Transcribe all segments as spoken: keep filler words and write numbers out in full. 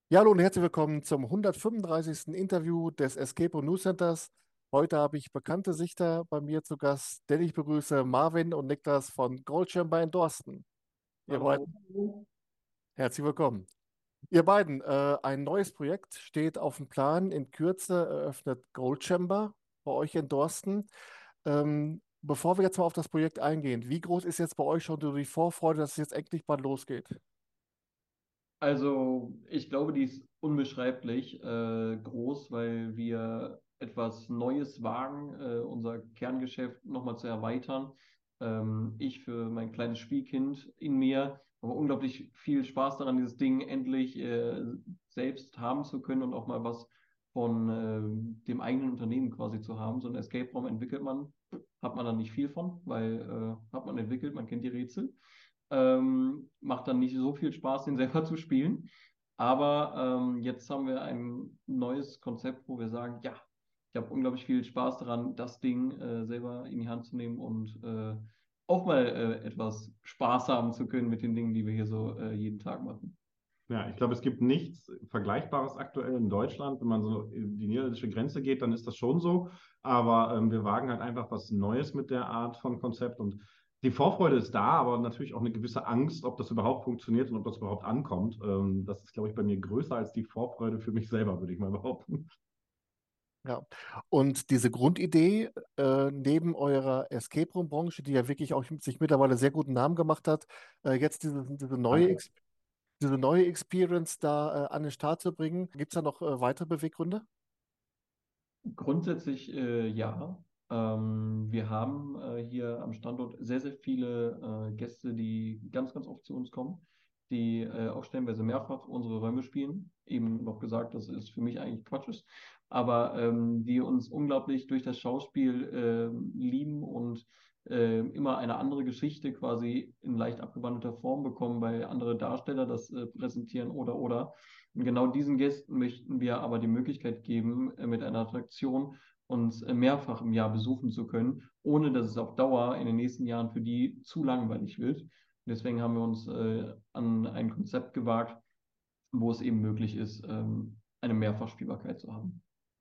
Ja, hallo und herzlich willkommen zum hundertfünfunddreißigsten Interview des Escape Room News Centers. Heute habe ich bekannte Sichter bei mir zu Gast, denn ich begrüße Marvin und Niklas von Goldschirm in Dorsten. Ihr Hallo. beiden, herzlich willkommen. Ihr beiden, äh, ein neues Projekt steht auf dem Plan. In Kürze eröffnet Goldchamber bei euch in Dorsten. Ähm, bevor wir jetzt mal auf das Projekt eingehen, wie groß ist jetzt bei euch schon so die Vorfreude, dass es jetzt endlich bald losgeht? Also, ich glaube, die ist unbeschreiblich äh, groß, weil wir etwas Neues wagen, äh, unser Kerngeschäft nochmal zu erweitern. Ähm, ich für mein kleines Spielkind in mir habe unglaublich viel Spaß daran, dieses Ding endlich äh, selbst haben zu können und auch mal was von äh, dem eigenen Unternehmen quasi zu haben. So einen Escape Raum entwickelt man, hat man dann nicht viel von, weil äh, hat man entwickelt, man kennt die Rätsel. Ähm, macht dann nicht so viel Spaß, den selber zu spielen. Aber ähm, jetzt haben wir ein neues Konzept, wo wir sagen, ja, ich habe unglaublich viel Spaß daran, das Ding äh, selber in die Hand zu nehmen und äh, auch mal äh, etwas Spaß haben zu können mit den Dingen, die wir hier so äh, jeden Tag machen. Ja, ich glaube, es gibt nichts Vergleichbares aktuell in Deutschland. Wenn man so in die niederländische Grenze geht, dann ist das schon so. Aber ähm, wir wagen halt einfach was Neues mit der Art von Konzept. Und die Vorfreude ist da, aber natürlich auch eine gewisse Angst, ob das überhaupt funktioniert und ob das überhaupt ankommt. Ähm, das ist, glaube ich, bei mir größer als die Vorfreude für mich selber, würde ich mal behaupten. Ja, und diese Grundidee äh, neben eurer Escape Room-Branche, die ja wirklich auch sich mittlerweile sehr guten Namen gemacht hat, äh, jetzt diese, diese neue, Danke. Ex diese neue Experience da äh, an den Start zu bringen, gibt es da noch äh, weitere Beweggründe? Grundsätzlich äh, ja. Ähm, wir haben äh, hier am Standort sehr, sehr viele äh, Gäste, die ganz, ganz oft zu uns kommen, die äh, auch stellenweise mehrfach unsere Räume spielen. Eben noch gesagt, dass es für mich eigentlich Quatsch ist, aber ähm, die uns unglaublich durch das Schauspiel äh, lieben und äh, immer eine andere Geschichte quasi in leicht abgewandelter Form bekommen, weil andere Darsteller das äh, präsentieren oder oder. Und genau diesen Gästen möchten wir aber die Möglichkeit geben, äh, mit einer Attraktion uns äh, mehrfach im Jahr besuchen zu können, ohne dass es auf Dauer in den nächsten Jahren für die zu langweilig wird. Und deswegen haben wir uns äh, an ein Konzept gewagt, wo es eben möglich ist, ähm, eine Mehrfachspielbarkeit zu haben.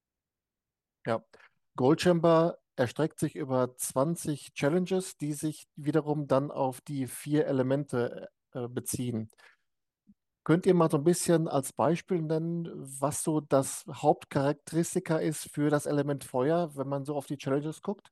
Ja, Goldchamber erstreckt sich über zwanzig Challenges, die sich wiederum dann auf die vier Elemente äh, beziehen. Könnt ihr mal so ein bisschen als Beispiel nennen, was so das Hauptcharakteristika ist für das Element Feuer, wenn man so auf die Challenges guckt?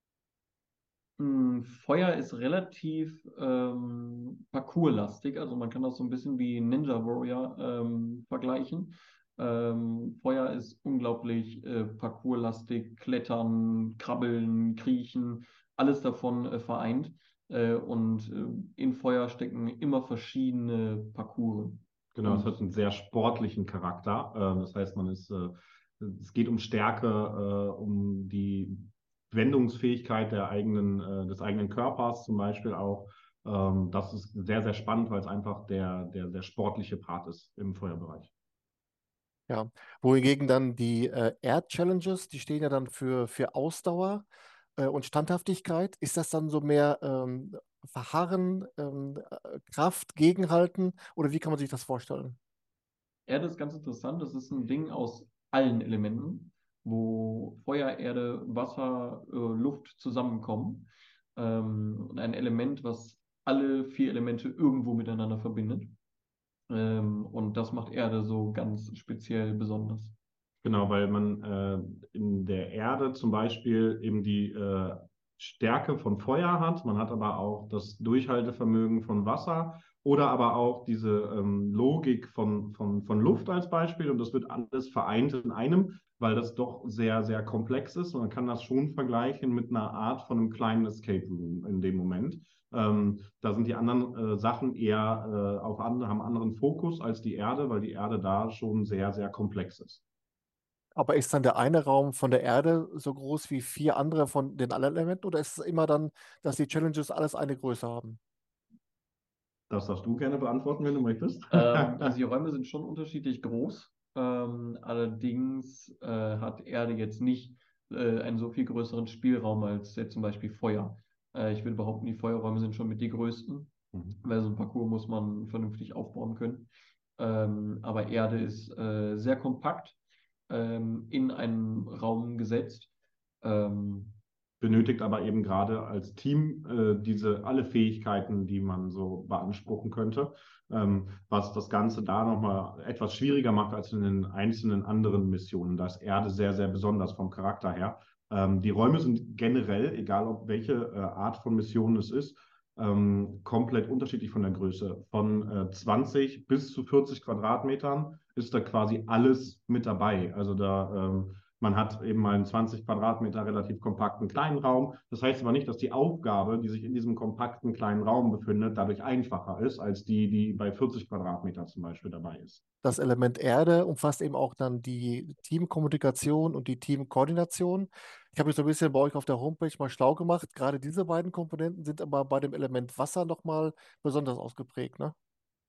Mm, Feuer ist relativ ähm, parkourlastig, also man kann das so ein bisschen wie Ninja Warrior ähm, vergleichen. Ähm, Feuer ist unglaublich äh, parkourlastig, Klettern, Krabbeln, Kriechen, alles davon äh, vereint. Äh, und äh, in Feuer stecken immer verschiedene Parcours. Genau, es hat Und einen sehr sportlichen Charakter. Ähm, das heißt, man ist, äh, es geht um Stärke, äh, um die Wendungsfähigkeit der eigenen, äh, des eigenen Körpers zum Beispiel auch. Ähm, das ist sehr, sehr spannend, weil es einfach der, der, der sportliche Part ist im Feuerbereich. Ja, wohingegen dann die äh, Air-Challenges, die stehen ja dann für, für Ausdauer äh, und Standhaftigkeit. Ist das dann so mehr ähm, Verharren, ähm, äh, Kraft, Gegenhalten oder wie kann man sich das vorstellen? Erde ist ganz interessant. Das ist ein Ding aus allen Elementen, wo Feuer, Erde, Wasser, äh, Luft zusammenkommen. Ähm, und ein Element, was alle vier Elemente irgendwo miteinander verbindet. Ähm, und das macht Erde so ganz speziell besonders. Genau, weil man äh, in der Erde zum Beispiel eben die äh, Stärke von Feuer hat, man hat aber auch das Durchhaltevermögen von Wasser oder aber auch diese ähm, Logik von, von, von Luft als Beispiel und das wird alles vereint in einem, weil das doch sehr, sehr komplex ist und man kann das schon vergleichen mit einer Art von einem kleinen Escape Room in dem Moment. Ähm, da sind die anderen äh, Sachen eher äh, auf andere, haben anderen Fokus als die Erde, weil die Erde da schon sehr, sehr komplex ist. Aber ist dann der eine Raum von der Erde so groß wie vier andere von den anderen Elementen oder ist es immer dann, dass die Challenges alles eine Größe haben? Das darfst du gerne beantworten, wenn du möchtest. Ähm, also die Räume sind schon unterschiedlich groß. Ähm, allerdings äh, hat Erde jetzt nicht äh, einen so viel größeren Spielraum als jetzt zum Beispiel Feuer. Äh, ich würde behaupten, die Feuerräume sind schon mit die größten, Mhm. weil so ein Parcours muss man vernünftig aufbauen können. Ähm, aber Erde ist äh, sehr kompakt ähm, in einen Raum gesetzt. Ähm, Benötigt aber eben gerade als Team äh, diese alle Fähigkeiten, die man so beanspruchen könnte, ähm, was das Ganze da nochmal etwas schwieriger macht als in den einzelnen anderen Missionen. Da ist Erde sehr, sehr besonders vom Charakter her. Ähm, die Räume sind generell, egal ob welche äh, Art von Mission es ist, ähm, komplett unterschiedlich von der Größe. Von äh, zwanzig bis zu vierzig Quadratmetern ist da quasi alles mit dabei. Also da ähm, man hat eben mal einen zwanzig Quadratmeter relativ kompakten kleinen Raum. Das heißt aber nicht, dass die Aufgabe, die sich in diesem kompakten kleinen Raum befindet, dadurch einfacher ist als die, die bei vierzig Quadratmeter zum Beispiel dabei ist. Das Element Erde umfasst eben auch dann die Teamkommunikation und die Teamkoordination. Ich habe mich so ein bisschen bei euch auf der Homepage mal schlau gemacht. Gerade diese beiden Komponenten sind aber bei dem Element Wasser nochmal besonders ausgeprägt, ne?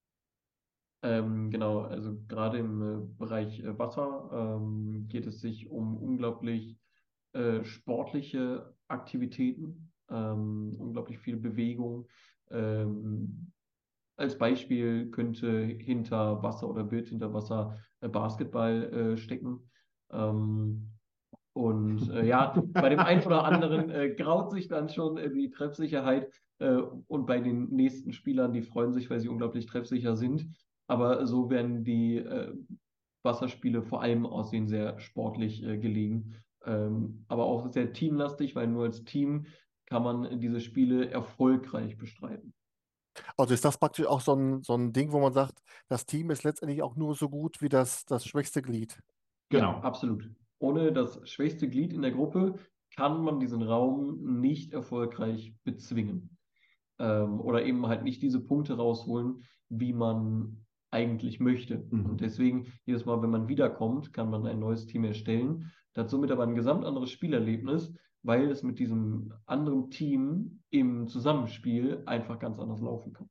Ähm, genau, also gerade im äh, Bereich äh, Wasser ähm, geht es sich um unglaublich äh, sportliche Aktivitäten, ähm, unglaublich viel Bewegung. Ähm, als Beispiel könnte hinter Wasser oder wird hinter Wasser äh, Basketball äh, stecken. Ähm, und äh, ja, bei dem einen oder anderen äh, graut sich dann schon äh, die Treffsicherheit äh, und bei den nächsten Spielern, die freuen sich, weil sie unglaublich treffsicher sind. Aber so werden die äh, Wasserspiele vor allem aussehen sehr sportlich äh, gelegen, ähm, aber auch sehr teamlastig, weil nur als Team kann man diese Spiele erfolgreich bestreiten. Also ist das praktisch auch so ein, so ein Ding, wo man sagt, das Team ist letztendlich auch nur so gut wie das, das schwächste Glied. Ja, Genau. absolut. Ohne das schwächste Glied in der Gruppe kann man diesen Raum nicht erfolgreich bezwingen. Ähm, oder eben halt nicht diese Punkte rausholen, wie man eigentlich möchte. Und Mhm. deswegen, jedes Mal, wenn man wiederkommt, kann man ein neues Team erstellen. Das hat somit aber ein gesamt anderes Spielerlebnis, weil es mit diesem anderen Team im Zusammenspiel einfach ganz anders laufen kann.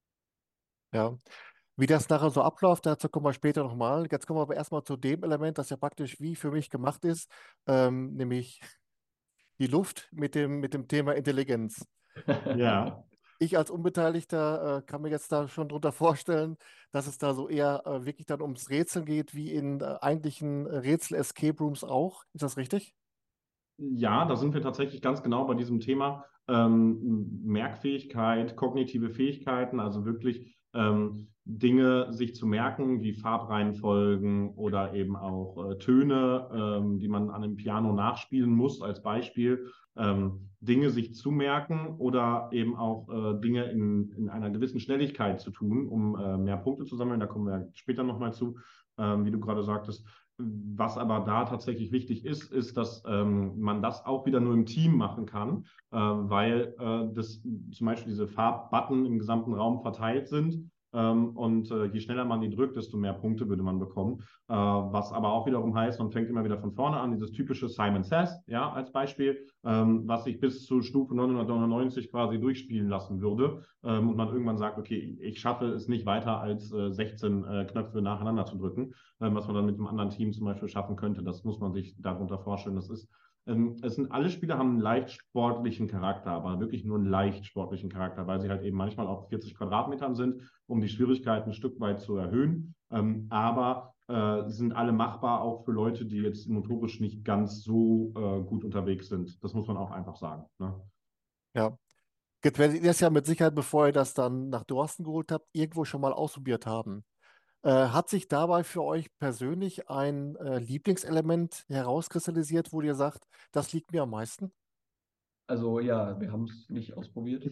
Ja. Wie das nachher so abläuft, dazu kommen wir später nochmal. Jetzt kommen wir aber erstmal zu dem Element, das ja praktisch wie für mich gemacht ist, ähm, nämlich die Luft mit dem, mit dem Thema Intelligenz. Ja. Ich als Unbeteiligter äh, kann mir jetzt da schon drunter vorstellen, dass es da so eher äh, wirklich dann ums Rätseln geht, wie in äh, eigentlichen Rätsel-Escape Rooms auch. Ist das richtig? Ja, da sind wir tatsächlich ganz genau bei diesem Thema ähm, Merkfähigkeit, kognitive Fähigkeiten, also wirklich ähm, Dinge sich zu merken, wie Farbreihenfolgen oder eben auch äh, Töne, ähm, die man an einem Piano nachspielen muss, als Beispiel. Ähm, Dinge sich zu merken oder eben auch äh, Dinge in, in einer gewissen Schnelligkeit zu tun, um äh, mehr Punkte zu sammeln. Da kommen wir später nochmal zu, ähm, wie du gerade sagtest. Was aber da tatsächlich wichtig ist, ist, dass ähm, man das auch wieder nur im Team machen kann, äh, weil äh, das zum Beispiel diese Farbbutton im gesamten Raum verteilt sind. Ähm, und äh, je schneller man die drückt, desto mehr Punkte würde man bekommen. Äh, was aber auch wiederum heißt, man fängt immer wieder von vorne an, dieses typische Simon Says, ja, als Beispiel, ähm, was sich bis zu Stufe neunhundertneunundneunzig quasi durchspielen lassen würde. Ähm, und man irgendwann sagt, okay, ich schaffe es nicht weiter als äh, sechzehn äh, Knöpfe nacheinander zu drücken, ähm, was man dann mit einem anderen Team zum Beispiel schaffen könnte. Das muss man sich darunter vorstellen. Das ist, ähm, es sind alle Spiele haben einen leicht sportlichen Charakter, aber wirklich nur einen leicht sportlichen Charakter, weil sie halt eben manchmal auf vierzig Quadratmetern sind, um die Schwierigkeiten ein Stück weit zu erhöhen. Ähm, aber äh, sind alle machbar, auch für Leute, die jetzt motorisch nicht ganz so äh, gut unterwegs sind. Das muss man auch einfach sagen. Ne? Ja. Jetzt werdet ihr das ja mit Sicherheit, bevor ihr das dann nach Dorsten geholt habt, irgendwo schon mal ausprobiert haben. Äh, hat sich dabei für euch persönlich ein äh, Lieblingselement herauskristallisiert, wo ihr sagt, das liegt mir am meisten? Also ja, wir haben es nicht ausprobiert.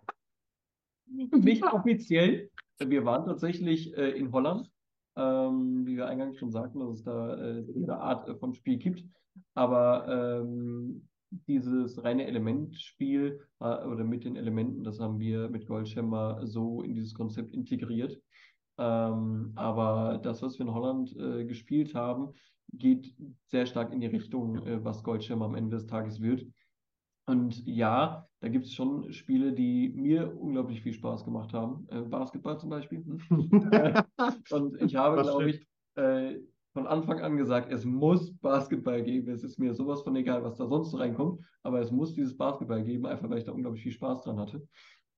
Nicht offiziell. Wir waren tatsächlich äh, in Holland, ähm, wie wir eingangs schon sagten, dass es da äh, jede Art äh, von Spiel gibt. Aber ähm, dieses reine Elementspiel äh, oder mit den Elementen, das haben wir mit Goldschemmer so in dieses Konzept integriert. Ähm, aber das, was wir in Holland äh, gespielt haben, geht sehr stark in die Richtung, äh, was Goldschemmer am Ende des Tages wird. Und ja, da gibt es schon Spiele, die mir unglaublich viel Spaß gemacht haben. Äh, Basketball zum Beispiel. Hm? Äh, und ich habe, Das glaube stimmt. ich, äh, von Anfang an gesagt, es muss Basketball geben. Es ist mir sowas von egal, was da sonst so reinkommt. Aber es muss dieses Basketball geben, einfach weil ich da unglaublich viel Spaß dran hatte.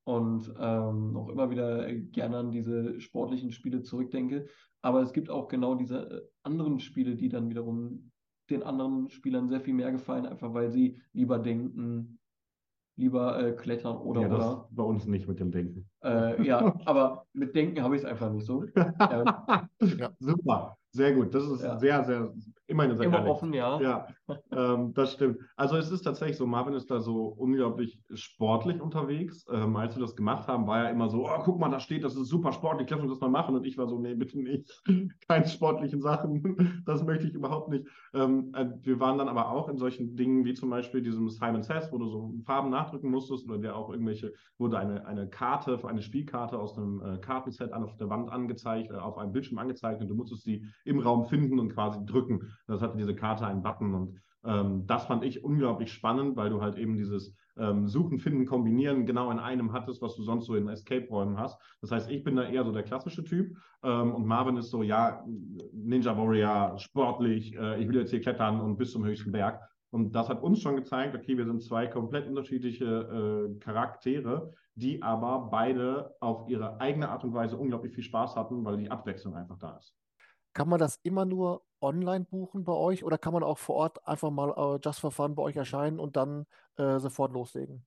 und ähm, auch immer wieder gerne an diese sportlichen Spiele zurückdenke. Aber es gibt auch genau diese äh, anderen Spiele, die dann wiederum den anderen Spielern sehr viel mehr gefallen, einfach weil sie lieber denken, lieber äh, klettern oder Ja, das oder. bei uns nicht mit dem Denken. Äh, ja, aber mit Denken habe ich es einfach nicht so. Ähm, Ja. Super, sehr gut. Das ist ja. sehr, sehr, immerhin sehr Immer ehrlich. offen, ja. Ja, ähm, das stimmt. Also es ist tatsächlich so, Marvin ist da so unglaublich sportlich unterwegs. Ähm, als wir das gemacht haben, war er immer so, oh, guck mal, da steht, das ist super sportlich, lass uns das mal machen. Und ich war so, nee, bitte nicht. Keine sportlichen Sachen. Das möchte ich überhaupt nicht. Ähm, äh, wir waren dann aber auch in solchen Dingen wie zum Beispiel diesem Simon Says, wo du so Farben nachdrücken musstest oder der auch irgendwelche, wurde eine, eine Karte, eine Spielkarte aus einem äh, Kartenset an, auf der Wand angezeigt, äh, auf einem Bildschirm angezeigt und du musstest sie im Raum finden und quasi drücken. Das hatte diese Karte einen Button und ähm, das fand ich unglaublich spannend, weil du halt eben dieses ähm, Suchen, Finden, Kombinieren genau in einem hattest, was du sonst so in Escape-Räumen hast. Das heißt, ich bin da eher so der klassische Typ ähm, und Marvin ist so, ja, Ninja Warrior, sportlich, äh, ich will jetzt hier klettern und bis zum höchsten Berg. Und das hat uns schon gezeigt, okay, wir sind zwei komplett unterschiedliche äh, Charaktere, die aber beide auf ihre eigene Art und Weise unglaublich viel Spaß hatten, weil die Abwechslung einfach da ist. Kann man das immer nur online buchen bei euch oder kann man auch vor Ort einfach mal äh, just for fun bei euch erscheinen und dann äh, sofort loslegen?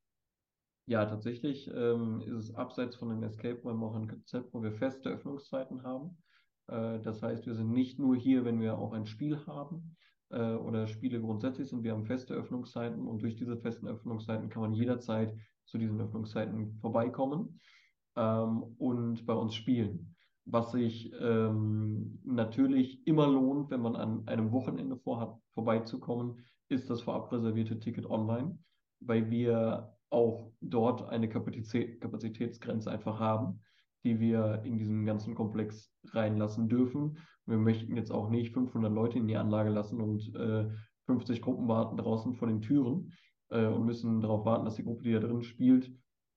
Ja, tatsächlich ähm, ist es abseits von den Escape-Räumen auch ein Konzept, wo wir feste Öffnungszeiten haben. Äh, das heißt, wir sind nicht nur hier, wenn wir auch ein Spiel haben äh, oder Spiele grundsätzlich sind. Wir haben feste Öffnungszeiten und durch diese festen Öffnungszeiten kann man jederzeit zu diesen Öffnungszeiten vorbeikommen ähm, und bei uns spielen. Was sich ähm, natürlich immer lohnt, wenn man an einem Wochenende vorhat, vorbeizukommen, ist das vorab reservierte Ticket online, weil wir auch dort eine Kapazität, Kapazitätsgrenze einfach haben, die wir in diesen ganzen Komplex reinlassen dürfen. Wir möchten jetzt auch nicht fünfhundert Leute in die Anlage lassen und äh, fünfzig Gruppen warten draußen vor den Türen äh, und müssen darauf warten, dass die Gruppe, die da drin spielt,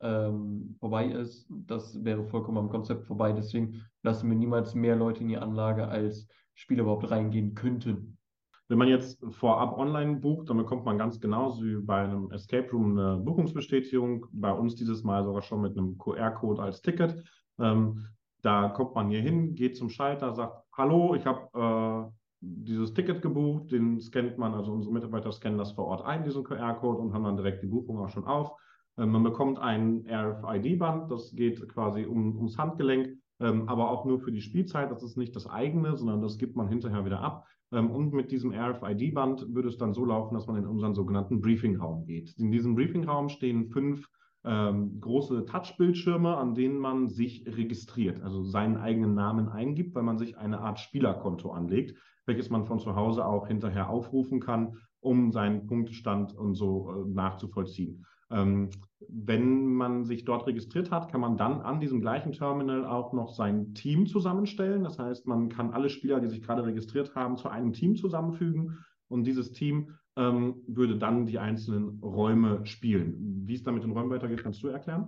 ähm, vorbei ist. Das wäre vollkommen am Konzept vorbei. Deswegen lassen wir niemals mehr Leute in die Anlage, als Spieler überhaupt reingehen könnten. Wenn man jetzt vorab online bucht, dann bekommt man ganz genauso wie bei einem Escape Room eine Buchungsbestätigung. Bei uns dieses Mal sogar schon mit einem Q R-Code als Ticket. Ähm, da kommt man hier hin, geht zum Schalter, sagt, hallo, ich habe äh, dieses Ticket gebucht. Den scannt man, also unsere Mitarbeiter scannen das vor Ort ein, diesen Q R-Code, und haben dann direkt die Buchung auch schon auf. Ähm, man bekommt ein R F I D-Band, das geht quasi um, ums Handgelenk, ähm, aber auch nur für die Spielzeit. Das ist nicht das eigene, sondern das gibt man hinterher wieder ab. Und mit diesem R F I D-Band würde es dann so laufen, dass man in unseren sogenannten Briefingraum geht. In diesem Briefingraum stehen fünf ähm, große Touchbildschirme, an denen man sich registriert, also seinen eigenen Namen eingibt, weil man sich eine Art Spielerkonto anlegt, welches man von zu Hause auch hinterher aufrufen kann, um seinen Punktestand und so äh, nachzuvollziehen. Ähm, wenn man sich dort registriert hat, kann man dann an diesem gleichen Terminal auch noch sein Team zusammenstellen. Das heißt, man kann alle Spieler, die sich gerade registriert haben, zu einem Team zusammenfügen und dieses Team ähm, würde dann die einzelnen Räume spielen. Wie es dann mit den Räumen weitergeht, kannst du erklären?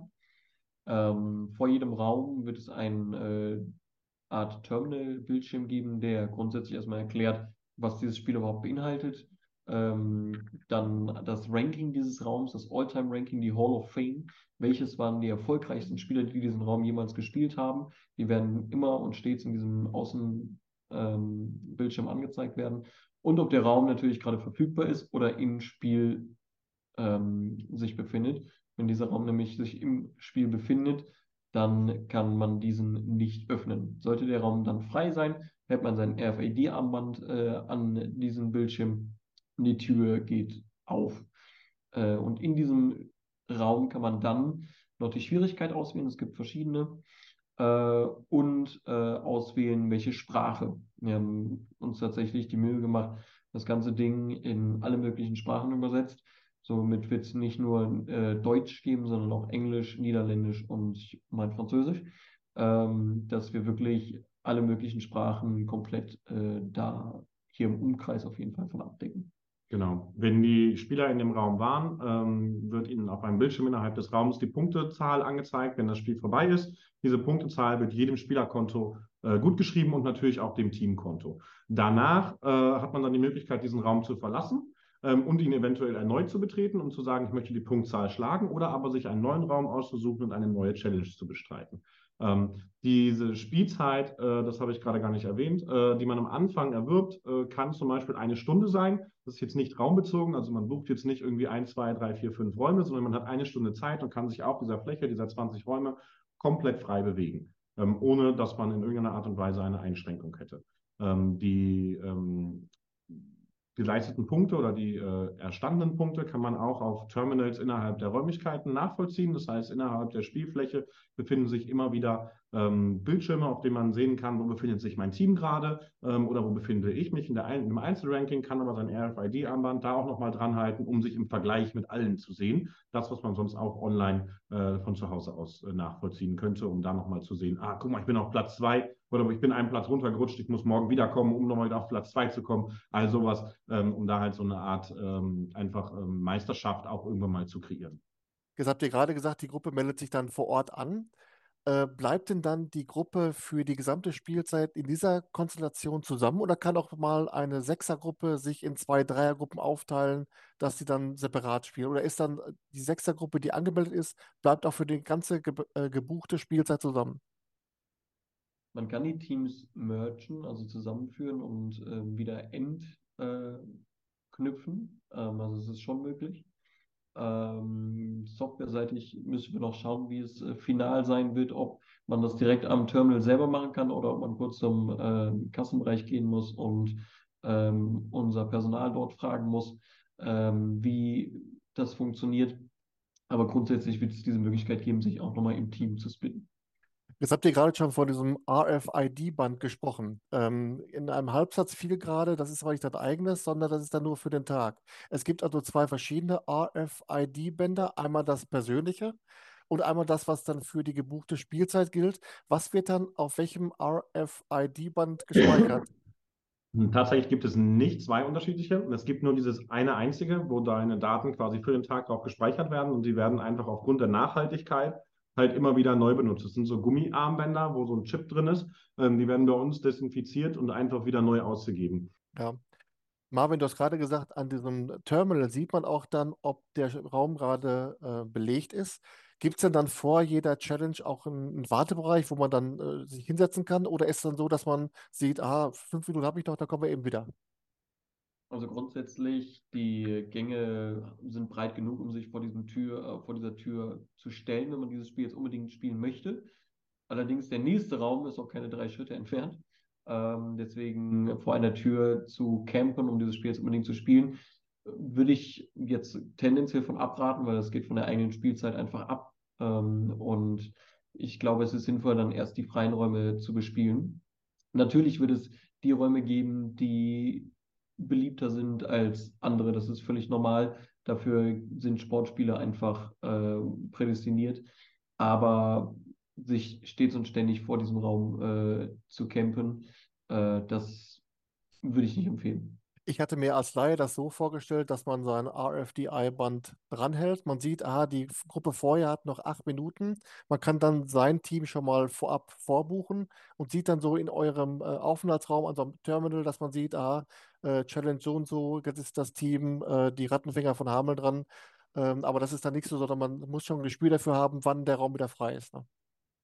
Ähm, vor jedem Raum wird es eine äh, Art Terminal-Bildschirm geben, der grundsätzlich erstmal erklärt, was dieses Spiel überhaupt beinhaltet. Ähm, dann das Ranking dieses Raums, das All-Time-Ranking, die Hall of Fame. Welches waren die erfolgreichsten Spieler, die diesen Raum jemals gespielt haben? Die werden immer und stets in diesem Außenbildschirm ähm, angezeigt werden. Und ob der Raum natürlich gerade verfügbar ist oder im Spiel ähm, sich befindet. Wenn dieser Raum nämlich sich im Spiel befindet, dann kann man diesen nicht öffnen. Sollte der Raum dann frei sein, hält man sein R F I D-Armband äh, an diesem Bildschirm und die Tür geht auf. Äh, und in diesem Raum kann man dann noch die Schwierigkeit auswählen. Es gibt verschiedene. Äh, und äh, auswählen, welche Sprache. Wir haben uns tatsächlich die Mühe gemacht, das ganze Ding in alle möglichen Sprachen übersetzt. Somit wird es nicht nur äh, Deutsch geben, sondern auch Englisch, Niederländisch und mein Französisch, ähm, dass wir wirklich alle möglichen Sprachen komplett äh, da hier im Umkreis auf jeden Fall von abdecken. Genau. Wenn die Spieler in dem Raum waren, ähm, wird ihnen auf einem Bildschirm innerhalb des Raums die Punktezahl angezeigt, wenn das Spiel vorbei ist. Diese Punktezahl wird jedem Spielerkonto äh, gutgeschrieben und natürlich auch dem Teamkonto. Danach äh, hat man dann die Möglichkeit, diesen Raum zu verlassen. ähm, und ihn eventuell erneut zu betreten, um zu sagen, ich möchte die Punktzahl schlagen oder aber sich einen neuen Raum auszusuchen und eine neue Challenge zu bestreiten. Ähm, diese Spielzeit, äh, das habe ich gerade gar nicht erwähnt, äh, die man am Anfang erwirbt, äh, kann zum Beispiel eine Stunde sein. Das ist jetzt nicht raumbezogen, also man bucht jetzt nicht irgendwie ein, zwei, drei, vier, fünf Räume, sondern man hat eine Stunde Zeit und kann sich auf dieser Fläche, dieser zwanzig Räume, komplett frei bewegen, ähm, ohne dass man in irgendeiner Art und Weise eine Einschränkung hätte. Ähm, die ähm, geleisteten Punkte oder die äh, erstandenen Punkte kann man auch auf Terminals innerhalb der Räumlichkeiten nachvollziehen. Das heißt, innerhalb der Spielfläche befinden sich immer wieder ähm, Bildschirme, auf denen man sehen kann, wo befindet sich mein Team gerade ähm, oder wo befinde ich mich in der Ein im Einzelranking, kann aber sein R F I D-Armband da auch nochmal dran halten, um sich im Vergleich mit allen zu sehen. Das, was man sonst auch online äh, von zu Hause aus äh, nachvollziehen könnte, um da nochmal zu sehen, ah, guck mal, ich bin auf Platz zwei oder ich bin einen Platz runtergerutscht, ich muss morgen wiederkommen, um nochmal wieder auf Platz zwei zu kommen. All sowas, ähm, um da halt so eine Art ähm, einfach ähm, Meisterschaft auch irgendwann mal zu kreieren. Jetzt habt ihr gerade gesagt, die Gruppe meldet sich dann vor Ort an. Äh, bleibt denn dann die Gruppe für die gesamte Spielzeit in dieser Konstellation zusammen oder kann auch mal eine Sechsergruppe sich in zwei Dreiergruppen aufteilen, dass sie dann separat spielen? Oder ist dann die Sechsergruppe, die angemeldet ist, bleibt auch für die ganze ge äh, gebuchte Spielzeit zusammen? Man kann die Teams mergen, also zusammenführen und äh, wieder entknüpfen. Ähm, also es ist schon möglich. Ähm, softwareseitig müssen wir noch schauen, wie es äh, final sein wird, ob man das direkt am Terminal selber machen kann oder ob man kurz zum äh, Kassenbereich gehen muss und ähm, unser Personal dort fragen muss, ähm, wie das funktioniert. Aber grundsätzlich wird es diese Möglichkeit geben, sich auch nochmal im Team zu splitten. Jetzt habt ihr gerade schon von diesem R F I D-Band gesprochen. Ähm, in einem Halbsatz fiel gerade, das ist aber nicht dein eigenes, sondern das ist dann nur für den Tag. Es gibt also zwei verschiedene R F I D-Bänder. Einmal das persönliche und einmal das, was dann für die gebuchte Spielzeit gilt. Was wird dann auf welchem R F I D-Band gespeichert? Tatsächlich gibt es nicht zwei unterschiedliche. Es gibt nur dieses eine einzige, wo deine Daten quasi für den Tag drauf gespeichert werden und die werden einfach aufgrund der Nachhaltigkeit halt immer wieder neu benutzt. Das sind so Gummiarmbänder, wo so ein Chip drin ist. Ähm, die werden bei uns desinfiziert und einfach wieder neu ausgegeben. Ja. Marvin, du hast gerade gesagt, an diesem Terminal sieht man auch dann, ob der Raum gerade äh, belegt ist. Gibt es denn dann vor jeder Challenge auch einen, einen Wartebereich, wo man dann äh, sich hinsetzen kann? Oder ist es dann so, dass man sieht, ah, fünf Minuten habe ich noch, dann kommen wir eben wieder? Also grundsätzlich, die Gänge sind breit genug, um sich vor diesem Tür, äh, vor dieser Tür zu stellen, wenn man dieses Spiel jetzt unbedingt spielen möchte. Allerdings der nächste Raum ist auch keine drei Schritte entfernt. Ähm, deswegen vor einer Tür zu campen, um dieses Spiel jetzt unbedingt zu spielen, äh, würde ich jetzt tendenziell von abraten, weil das geht von der eigenen Spielzeit einfach ab. Ähm, und ich glaube, es ist sinnvoll, dann erst die freien Räume zu bespielen. Natürlich wird es die Räume geben, die beliebter sind als andere. Das ist völlig normal. Dafür sind Sportspiele einfach äh, prädestiniert. Aber sich stets und ständig vor diesem Raum äh, zu campen, äh, das würde ich nicht empfehlen. Ich hatte mir als Laie das so vorgestellt, dass man sein R F D I-Band dranhält. Man sieht, aha, die Gruppe vorher hat noch acht Minuten. Man kann dann sein Team schon mal vorab vorbuchen und sieht dann so in eurem äh, Aufenthaltsraum, an so einem Terminal, dass man sieht, aha, äh, Challenge so und so, jetzt ist das Team, äh, die Rattenfänger von Hameln dran. Ähm, aber das ist dann nicht so, sondern man muss schon ein Gespür dafür haben, wann der Raum wieder frei ist. Ne?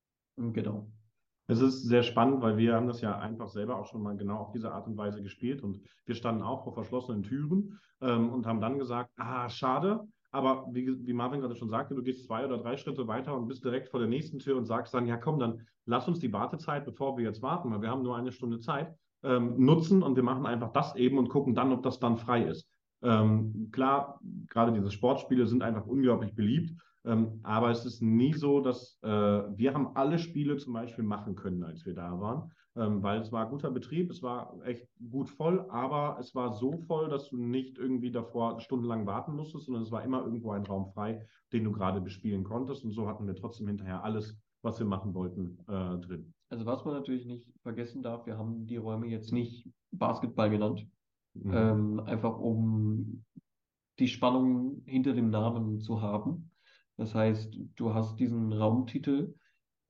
Genau. Es ist sehr spannend, weil wir haben das ja einfach selber auch schon mal genau auf diese Art und Weise gespielt und wir standen auch vor verschlossenen Türen ähm, und haben dann gesagt, ah, schade, aber wie, wie Marvin gerade schon sagte, du gehst zwei oder drei Schritte weiter und bist direkt vor der nächsten Tür und sagst dann, ja komm, dann lass uns die Wartezeit, bevor wir jetzt warten, weil wir haben nur eine Stunde Zeit, ähm, nutzen und wir machen einfach das eben und gucken dann, ob das dann frei ist. Ähm, klar, gerade diese Sportspiele sind einfach unglaublich beliebt. Ähm, aber es ist nie so, dass äh, wir haben alle Spiele zum Beispiel machen können, als wir da waren, ähm, weil es war guter Betrieb, es war echt gut voll, aber es war so voll, dass du nicht irgendwie davor stundenlang warten musstest, sondern es war immer irgendwo ein Raum frei, den du gerade bespielen konntest. Und so hatten wir trotzdem hinterher alles, was wir machen wollten, äh, drin. Also was man natürlich nicht vergessen darf, wir haben die Räume jetzt nicht Basketball genannt, Mhm. ähm, einfach um die Spannung hinter dem Namen zu haben. Das heißt, du hast diesen Raumtitel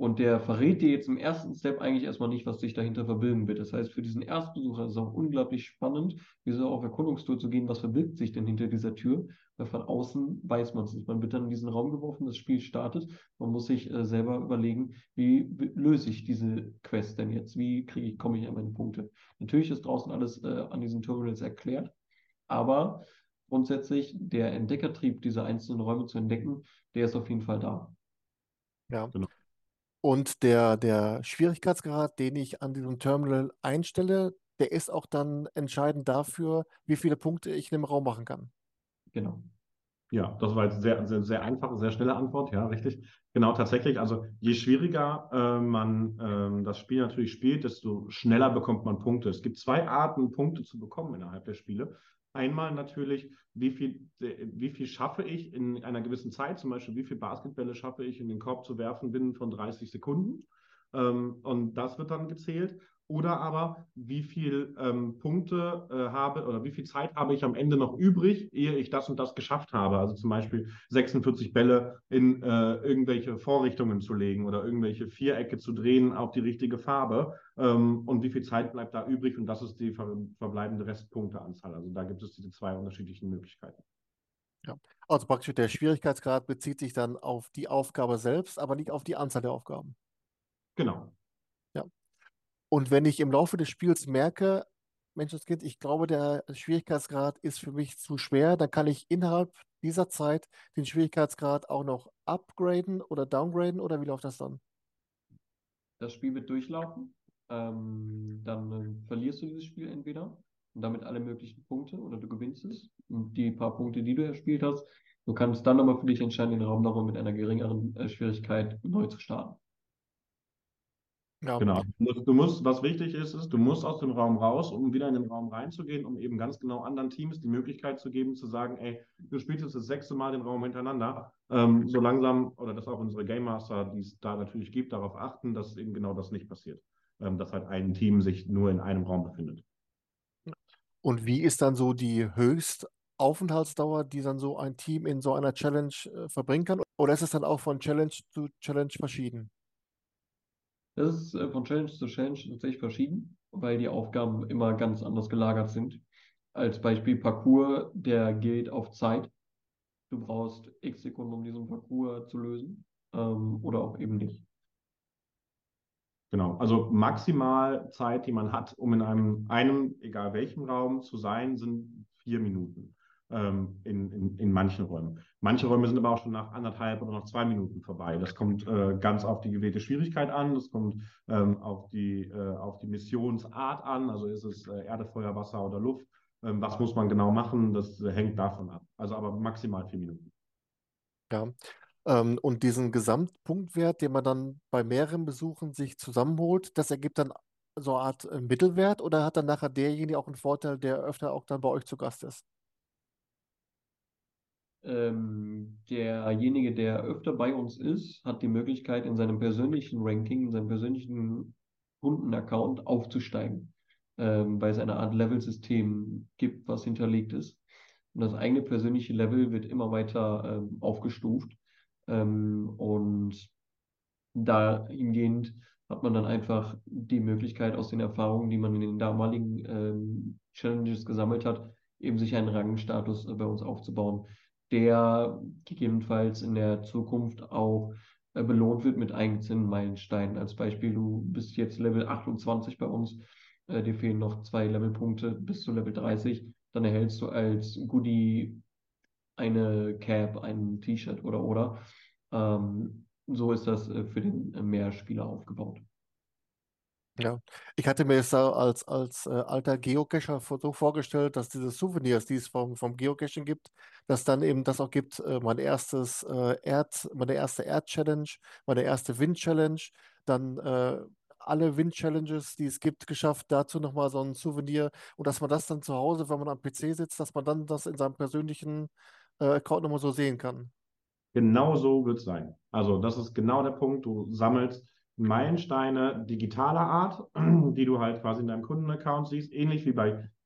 Und der verrät dir jetzt im ersten Step eigentlich erstmal nicht, was sich dahinter verbilden wird. Das heißt, für diesen Erstbesucher ist es auch unglaublich spannend, wie so auf Erkundungstour zu gehen, was verbirgt sich denn hinter dieser Tür, weil von außen weiß man es nicht. Man wird dann in diesen Raum geworfen, das Spiel startet, man muss sich äh, selber überlegen, wie wie löse ich diese Quest denn jetzt, wie kriege ich, komme ich an meine Punkte. Natürlich ist draußen alles äh, an diesen Terminals erklärt, aber grundsätzlich der Entdeckertrieb, diese einzelnen Räume zu entdecken, der ist auf jeden Fall da. Ja. Genau. Und der, der Schwierigkeitsgrad, den ich an diesem Terminal einstelle, der ist auch dann entscheidend dafür, wie viele Punkte ich in dem Raum machen kann. Genau. Ja, das war jetzt sehr, sehr, sehr einfache, sehr schnelle Antwort, ja, richtig. Genau, tatsächlich. Also je schwieriger äh, man ähm, das Spiel natürlich spielt, desto schneller bekommt man Punkte. Es gibt zwei Arten, Punkte zu bekommen innerhalb der Spiele. Einmal natürlich, wie viel, äh, wie viel schaffe ich in einer gewissen Zeit, zum Beispiel, wie viele Basketbälle schaffe ich in den Korb zu werfen binnen von dreißig Sekunden. Ähm, und das wird dann gezählt. Oder aber, wie viel ähm, Punkte äh, habe oder wie viel Zeit habe ich am Ende noch übrig, ehe ich das und das geschafft habe. Also zum Beispiel sechsundvierzig Bälle in äh, irgendwelche Vorrichtungen zu legen oder irgendwelche Vierecke zu drehen auf die richtige Farbe. Ähm, und wie viel Zeit bleibt da übrig? Und das ist die ver verbleibende Restpunkteanzahl. Also da gibt es diese zwei unterschiedlichen Möglichkeiten. Ja. Also praktisch der Schwierigkeitsgrad bezieht sich dann auf die Aufgabe selbst, aber nicht auf die Anzahl der Aufgaben. Genau. Ja. Und wenn ich im Laufe des Spiels merke, Menschenskind, ich glaube, der Schwierigkeitsgrad ist für mich zu schwer, dann kann ich innerhalb dieser Zeit den Schwierigkeitsgrad auch noch upgraden oder downgraden oder wie läuft das dann? Das Spiel wird durchlaufen. Ähm, dann äh, verlierst du dieses Spiel entweder und damit alle möglichen Punkte oder du gewinnst es. Und die paar Punkte, die du erspielt hast, du kannst dann aber für dich entscheiden, den Raum nochmal mit einer geringeren äh, Schwierigkeit neu zu starten. Ja, Genau. Du musst, du musst, was wichtig ist, ist, du musst aus dem Raum raus, um wieder in den Raum reinzugehen, um eben ganz genau anderen Teams die Möglichkeit zu geben, zu sagen, ey, du spielst jetzt das sechste Mal den Raum hintereinander. Ähm, so langsam, oder dass auch unsere Game Master, die es da natürlich gibt, darauf achten, dass eben genau das nicht passiert. Ähm, dass halt ein Team sich nur in einem Raum befindet. und wie ist dann so die Höchstaufenthaltsdauer, die dann so ein Team in so einer Challenge äh, verbringen kann? Oder ist es dann auch von Challenge zu Challenge verschieden? Das ist äh, von Challenge zu Challenge tatsächlich verschieden, weil die Aufgaben immer ganz anders gelagert sind. Als Beispiel Parcours, der gilt auf Zeit. Du brauchst x Sekunden, um diesen Parcours zu lösen. Ähm, oder auch eben nicht. Genau, also maximal Zeit, die man hat, um in einem, einem, egal welchem Raum zu sein, sind vier Minuten ähm, in, in, in manchen Räumen. Manche Räume sind aber auch schon nach anderthalb oder nach zwei Minuten vorbei. Das kommt äh, ganz auf die gewählte Schwierigkeit an, das kommt ähm, auf die, äh, auf die Missionsart an, also ist es äh, Erde, Feuer, Wasser oder Luft. Ähm, was muss man genau machen, das äh, hängt davon ab. Also aber maximal vier Minuten. Ja. Ähm, und diesen Gesamtpunktwert, den man dann bei mehreren Besuchen sich zusammenholt, das ergibt dann so eine Art äh, Mittelwert oder hat dann nachher derjenige auch einen Vorteil, der öfter auch dann bei euch zu Gast ist? Ähm, derjenige, der öfter bei uns ist, hat die Möglichkeit, in seinem persönlichen Ranking, in seinem persönlichen Kundenaccount aufzusteigen, ähm, weil es eine Art Level-System gibt, was hinterlegt ist. Und das eigene persönliche Level wird immer weiter ähm, aufgestuft. Ähm, und dahingehend hat man dann einfach die Möglichkeit, aus den Erfahrungen, die man in den damaligen ähm, Challenges gesammelt hat, eben sich einen Rangenstatus äh, bei uns aufzubauen, der gegebenenfalls in der Zukunft auch äh, belohnt wird mit einzelnen Meilensteinen. Als Beispiel, du bist jetzt Level achtundzwanzig bei uns, äh, dir fehlen noch zwei Levelpunkte bis zu Level dreißig, dann erhältst du als Goodie eine Cap, ein T-Shirt oder oder. Ähm, so ist das äh, für den äh, Mehrspieler aufgebaut. Ja, ich hatte mir es da als, als äh, alter Geocacher vor- so vorgestellt, dass diese Souvenirs, die es vom, vom Geocaching gibt, dass dann eben das auch gibt, äh, mein erstes äh, Erd, meine erste Erd-Challenge, meine erste Wind-Challenge, dann äh, alle Wind-Challenges, die es gibt, geschafft, dazu nochmal so ein Souvenir und dass man das dann zu Hause, wenn man am P C sitzt, dass man dann das in seinem persönlichen äh, Account nochmal so sehen kann. Genau so wird es sein. Also das ist genau der Punkt. Du sammelst Meilensteine digitaler Art, die du halt quasi in deinem Kundenaccount siehst, ähnlich wie bei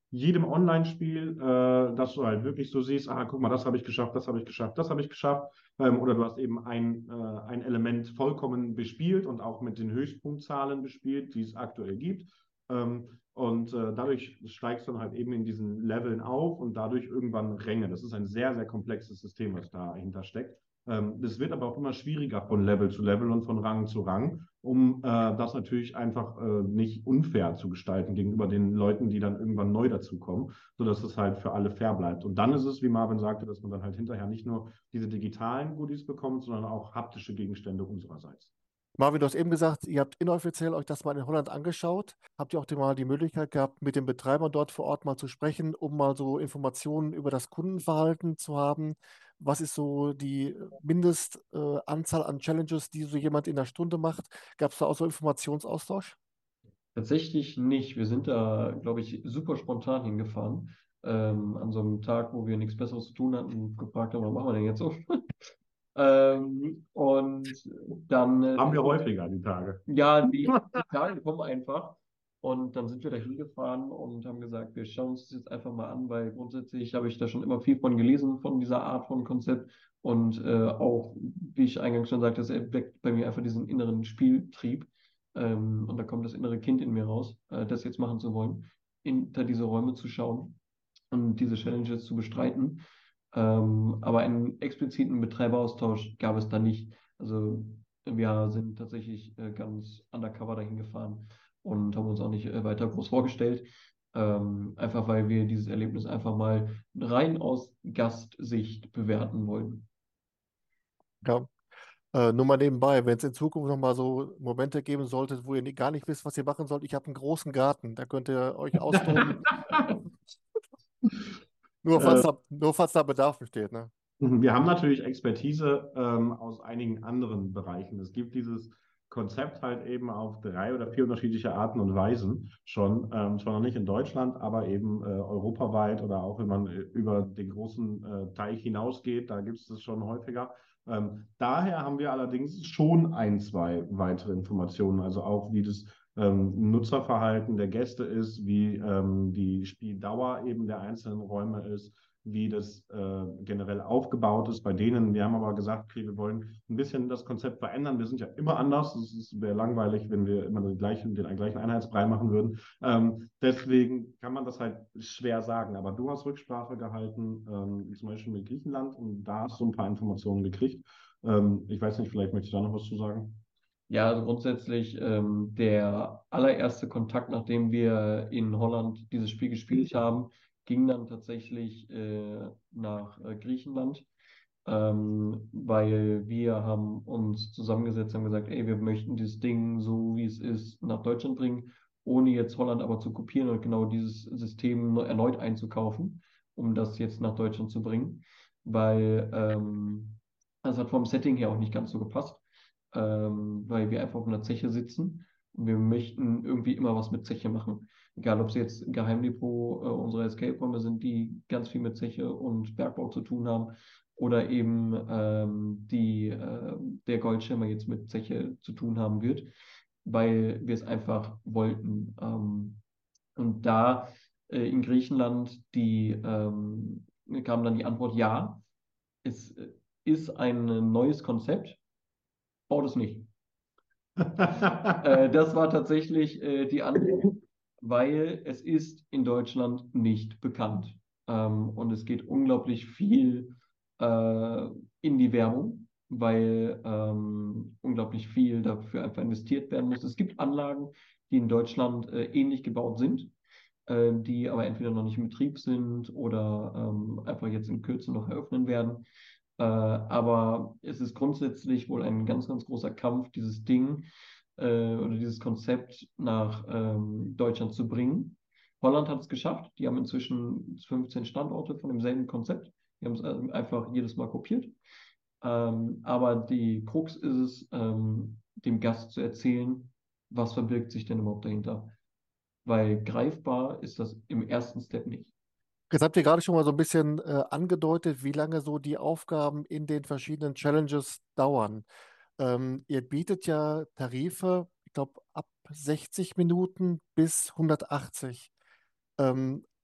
jedem Online-Spiel, äh, dass du halt wirklich so siehst, ah, guck mal, das habe ich geschafft, das habe ich geschafft, das habe ich geschafft. Ähm, oder du hast eben ein, äh, ein Element vollkommen bespielt und auch mit den Höchstpunktzahlen bespielt, die es aktuell gibt. Ähm, und äh, dadurch steigst du dann halt eben in diesen Leveln auf und dadurch irgendwann Ränge. Das ist ein sehr, sehr komplexes System, was dahinter steckt. Ähm, das wird aber auch immer schwieriger von Level zu Level und von Rang zu Rang, um äh, das natürlich einfach äh, nicht unfair zu gestalten gegenüber den Leuten, die dann irgendwann neu dazukommen, sodass es halt für alle fair bleibt. Und dann ist es, wie Marvin sagte, dass man dann halt hinterher nicht nur diese digitalen Goodies bekommt, sondern auch haptische Gegenstände unsererseits. Marvin, du hast eben gesagt, ihr habt inoffiziell euch das mal in Holland angeschaut. Habt ihr auch mal die Möglichkeit gehabt, mit den Betreibern dort vor Ort mal zu sprechen, um mal so Informationen über das Kundenverhalten zu haben? Was ist so die Mindestanzahl äh, Anzahl an Challenges, die so jemand in der Stunde macht? Gab es da auch so Informationsaustausch? Tatsächlich nicht. Wir sind da, glaube ich, super spontan hingefahren. Ähm, an so einem Tag, wo wir nichts Besseres zu tun hatten und gefragt haben, was machen wir denn jetzt so? Ähm, und dann, Haben äh, wir häufiger die Tage. ja, die, die Tage kommen einfach. Und dann sind wir da hingefahren und haben gesagt, wir schauen uns das jetzt einfach mal an, weil grundsätzlich habe ich da schon immer viel von gelesen, von dieser Art von Konzept. Und äh, auch, wie ich eingangs schon sagte, das weckt bei mir einfach diesen inneren Spieltrieb. Ähm, und da kommt das innere Kind in mir raus, äh, das jetzt machen zu wollen, hinter diese Räume zu schauen und diese Challenges zu bestreiten. Ähm, aber einen expliziten Betreiberaustausch gab es da nicht. Also wir sind tatsächlich äh, ganz undercover dahin gefahren und haben uns auch nicht äh, weiter groß vorgestellt. Ähm, einfach weil wir dieses Erlebnis einfach mal rein aus Gastsicht bewerten wollen. Ja. Äh, nur mal nebenbei, wenn es in Zukunft noch mal so Momente geben sollte, wo ihr ni- gar nicht wisst, was ihr machen sollt, ich habe einen großen Garten, da könnt ihr euch austoben, nur falls Äh, da, nur falls da Bedarf besteht, ne? Wir haben natürlich Expertise ähm, aus einigen anderen Bereichen. Es gibt dieses Konzept halt eben auf drei oder vier unterschiedliche Arten und Weisen schon, ähm, zwar noch nicht in Deutschland, aber eben äh, europaweit oder auch wenn man äh, über den großen äh, Teich hinausgeht, da gibt es das schon häufiger. Ähm, daher haben wir allerdings schon ein, zwei weitere Informationen, also auch wie das ähm, Nutzerverhalten der Gäste ist, wie ähm, die Spieldauer eben der einzelnen Räume ist, wie das äh, generell aufgebaut ist bei denen. Wir haben aber gesagt, okay, wir wollen ein bisschen das Konzept verändern. Wir sind ja immer anders. Es wäre langweilig, wenn wir immer den gleichen, den gleichen Einheitsbrei machen würden. Ähm, deswegen kann man das halt schwer sagen. Aber du hast Rücksprache gehalten, ähm, zum Beispiel mit Griechenland, und da hast du ein paar Informationen gekriegt. Ähm, ich weiß nicht, vielleicht möchtest du da noch was zu sagen. Ja, also grundsätzlich ähm, der allererste Kontakt, nachdem wir in Holland dieses Spiel gespielt haben, ging dann tatsächlich äh, nach äh, Griechenland, ähm, weil wir haben uns zusammengesetzt und gesagt, ey, wir möchten dieses Ding so, wie es ist, nach Deutschland bringen, ohne jetzt Holland aber zu kopieren und genau dieses System neu- erneut einzukaufen, um das jetzt nach Deutschland zu bringen, weil ähm, das hat vom Setting her auch nicht ganz so gepasst, ähm, weil wir einfach auf einer Zeche sitzen und wir möchten irgendwie immer was mit Zeche machen. Egal, ob es jetzt Geheimdepot äh, unsere Escape-Räume sind, die ganz viel mit Zeche und Bergbau zu tun haben, oder eben ähm, die, äh, der Goldschimmer jetzt mit Zeche zu tun haben wird, weil wir es einfach wollten. Ähm, und da äh, in Griechenland die, ähm, kam dann die Antwort, ja, es äh, ist ein neues Konzept, baut es nicht. Äh, das war tatsächlich äh, die Antwort, weil es ist in Deutschland nicht bekannt. Ähm, und es geht unglaublich viel äh, in die Werbung, weil ähm, unglaublich viel dafür einfach investiert werden muss. Es gibt Anlagen, die in Deutschland äh, ähnlich gebaut sind, äh, die aber entweder noch nicht in Betrieb sind oder ähm, einfach jetzt in Kürze noch eröffnen werden. Äh, aber es ist grundsätzlich wohl ein ganz, ganz großer Kampf, dieses Ding äh, oder dieses Konzept nach ähm, Deutschland zu bringen. Holland hat es geschafft. Die haben inzwischen fünfzehn Standorte von demselben Konzept. Die haben es ähm, einfach jedes Mal kopiert. Ähm, aber die Krux ist es, ähm, dem Gast zu erzählen, was verbirgt sich denn überhaupt dahinter. Weil greifbar ist das im ersten Step nicht. Jetzt habt ihr gerade schon mal so ein bisschen äh, angedeutet, wie lange so die Aufgaben in den verschiedenen Challenges dauern. Ähm, ihr bietet ja Tarife, ich glaube, ab sechzig Minuten bis hundertachtzig. Ähm,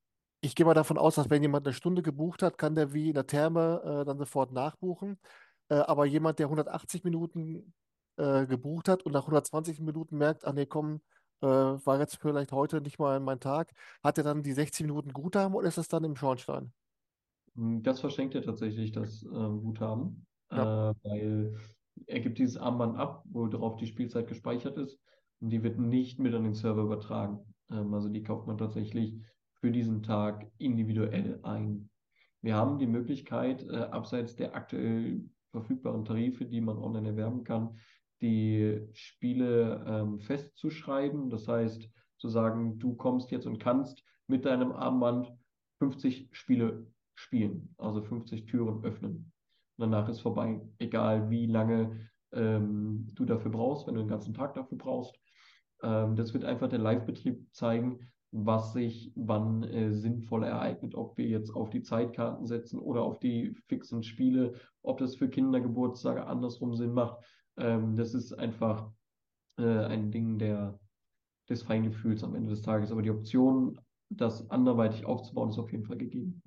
Ich gehe mal davon aus, dass wenn jemand eine Stunde gebucht hat, kann der wie in der Therme äh, dann sofort nachbuchen. Äh, aber jemand, der hundertachtzig Minuten äh, gebucht hat und nach hundertzwanzig Minuten merkt, ach nee, komm, äh, war jetzt vielleicht heute nicht mal mein Tag, hat er dann die sechzig Minuten Guthaben oder ist das dann im Schornstein? Hm, Das verschenkt er tatsächlich, das ähm, Guthaben, äh, Ja. weil er gibt dieses Armband ab, wo drauf die Spielzeit gespeichert ist und die wird nicht mit an den Server übertragen. Ähm, also die kauft man tatsächlich für diesen Tag individuell ein. Wir haben die Möglichkeit, äh, abseits der aktuell verfügbaren Tarife, die man online erwerben kann, die Spiele ähm, festzuschreiben. Das heißt, zu sagen, du kommst jetzt und kannst mit deinem Armband fünfzig Spiele spielen, also fünfzig Türen öffnen. Und danach ist vorbei, egal wie lange ähm, du dafür brauchst, wenn du den ganzen Tag dafür brauchst. Ähm, das wird einfach der Live-Betrieb zeigen, was sich wann äh, sinnvoll ereignet, ob wir jetzt auf die Zeitkarten setzen oder auf die fixen Spiele, ob das für Kindergeburtstage andersrum Sinn macht. Ähm, das ist einfach äh, ein Ding der, des Feingefühls am Ende des Tages. Aber die Option, das anderweitig aufzubauen, ist auf jeden Fall gegeben.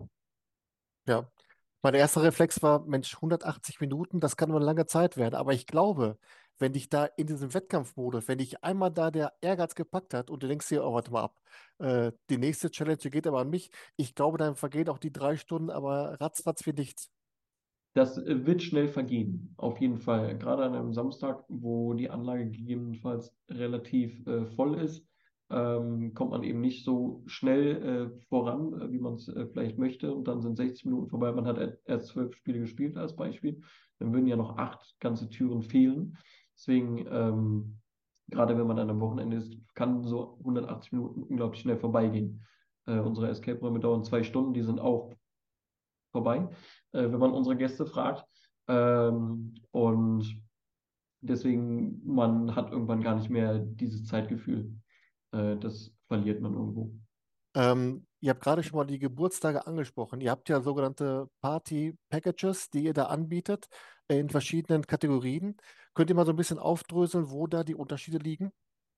Ja. Mein erster Reflex war, Mensch, hundertachtzig Minuten, das kann nur eine lange Zeit werden. Aber ich glaube, wenn dich da in diesem Wettkampfmodus, wenn dich einmal da der Ehrgeiz gepackt hat und du denkst dir, oh, warte mal ab, äh, die nächste Challenge geht aber an mich, ich glaube, dann vergehen auch die drei Stunden aber ratzfatz wie nichts. Das äh, wird schnell vergehen, auf jeden Fall. Gerade an einem Samstag, wo die Anlage gegebenenfalls relativ äh, voll ist, ähm, kommt man eben nicht so schnell äh, voran, äh, wie man es äh, vielleicht möchte. Und dann sind sechzig Minuten vorbei. Man hat er- erst zwölf Spiele gespielt als Beispiel. Dann würden ja noch acht ganze Türen fehlen. Deswegen, ähm, gerade wenn man an einem Wochenende ist, kann so hundertachtzig Minuten unglaublich schnell vorbeigehen. Äh, unsere Escape-Räume dauern zwei Stunden, die sind auch vorbei, äh, wenn man unsere Gäste fragt. Ähm, und deswegen, man hat irgendwann gar nicht mehr dieses Zeitgefühl. Äh, das verliert man irgendwo. Ähm, ihr habt gerade schon mal die Geburtstage angesprochen. Ihr habt ja sogenannte Party-Packages, die ihr da anbietet, äh, in verschiedenen Kategorien. Könnt ihr mal so ein bisschen aufdröseln, wo da die Unterschiede liegen?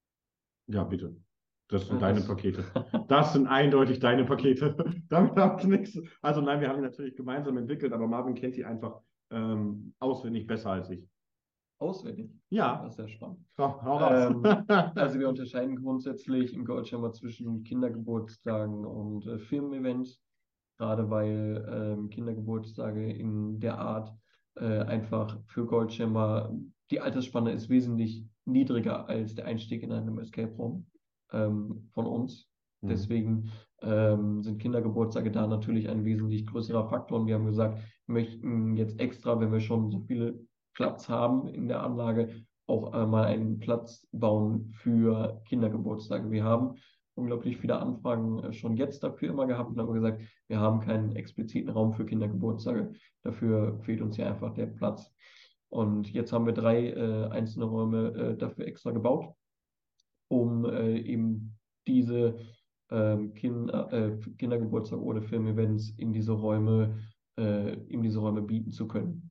Ja, bitte. Das sind Äh, deine das, Pakete. Das sind eindeutig deine Pakete. Damit habe ich nichts. Also nein, wir haben die natürlich gemeinsam entwickelt, aber Marvin kennt die einfach ähm, auswendig besser als ich. auswendig. Ja, Das ist ja spannend. hau, hau raus. Ähm, also wir unterscheiden grundsätzlich im Goldschirmer zwischen Kindergeburtstagen und äh, Firmen-Events, gerade weil ähm, Kindergeburtstage in der Art äh, einfach für Goldschirmer, die Altersspanne ist wesentlich niedriger als der Einstieg in einem Escape Room ähm, von uns. Hm. Deswegen ähm, sind Kindergeburtstage da natürlich ein wesentlich größerer Faktor. Und wir haben gesagt, wir möchten jetzt extra, wenn wir schon so viele Platz haben in der Anlage, auch einmal einen Platz bauen für Kindergeburtstage. Wir haben unglaublich viele Anfragen äh, schon jetzt dafür immer gehabt und haben gesagt, wir haben keinen expliziten Raum für Kindergeburtstage. Dafür fehlt uns ja einfach der Platz. Und jetzt haben wir drei äh, einzelne Räume äh, dafür extra gebaut, um äh, eben diese ähm, kind, äh, Kindergeburtstage oder Firmen-Events in diese Räume, äh, in diese Räume bieten zu können.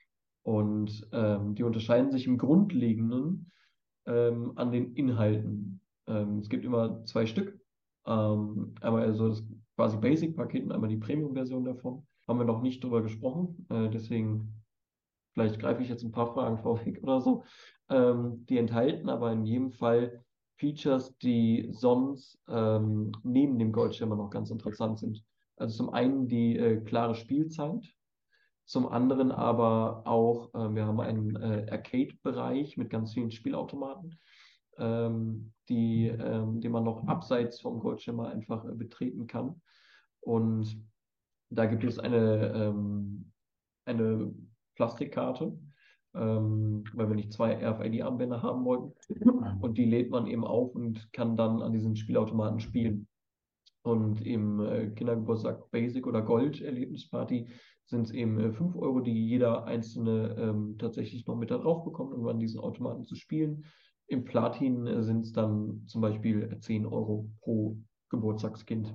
Und ähm, die unterscheiden sich im Grundlegenden ähm, an den Inhalten. Ähm, es gibt immer zwei Stück. Ähm, einmal also das quasi Basic-Paket und einmal die Premium-Version davon. Haben wir noch nicht drüber gesprochen. Äh, deswegen vielleicht greife ich jetzt ein paar Fragen vorweg oder so. Ähm, die enthalten aber in jedem Fall Features, die sonst ähm, neben dem Goldschirmer noch ganz interessant sind. Also zum einen die äh, klare Spielzeit. Zum anderen aber auch, äh, wir haben einen äh, Arcade-Bereich mit ganz vielen Spielautomaten, ähm, die, ähm, die man noch abseits vom Goldschimmer einfach äh, betreten kann. Und da gibt es eine, ähm, eine Plastikkarte, ähm, weil wir nicht zwei R F I D-Armbänder haben wollten. Und die lädt man eben auf und kann dann an diesen Spielautomaten spielen. Und im äh, Kindergeburtstag Basic oder Gold Erlebnisparty sind es eben äh, fünf Euro, die jeder Einzelne ähm, tatsächlich noch mit da drauf bekommt, um an diesen Automaten zu spielen. Im Platin äh, sind es dann zum Beispiel zehn Euro pro Geburtstagskind.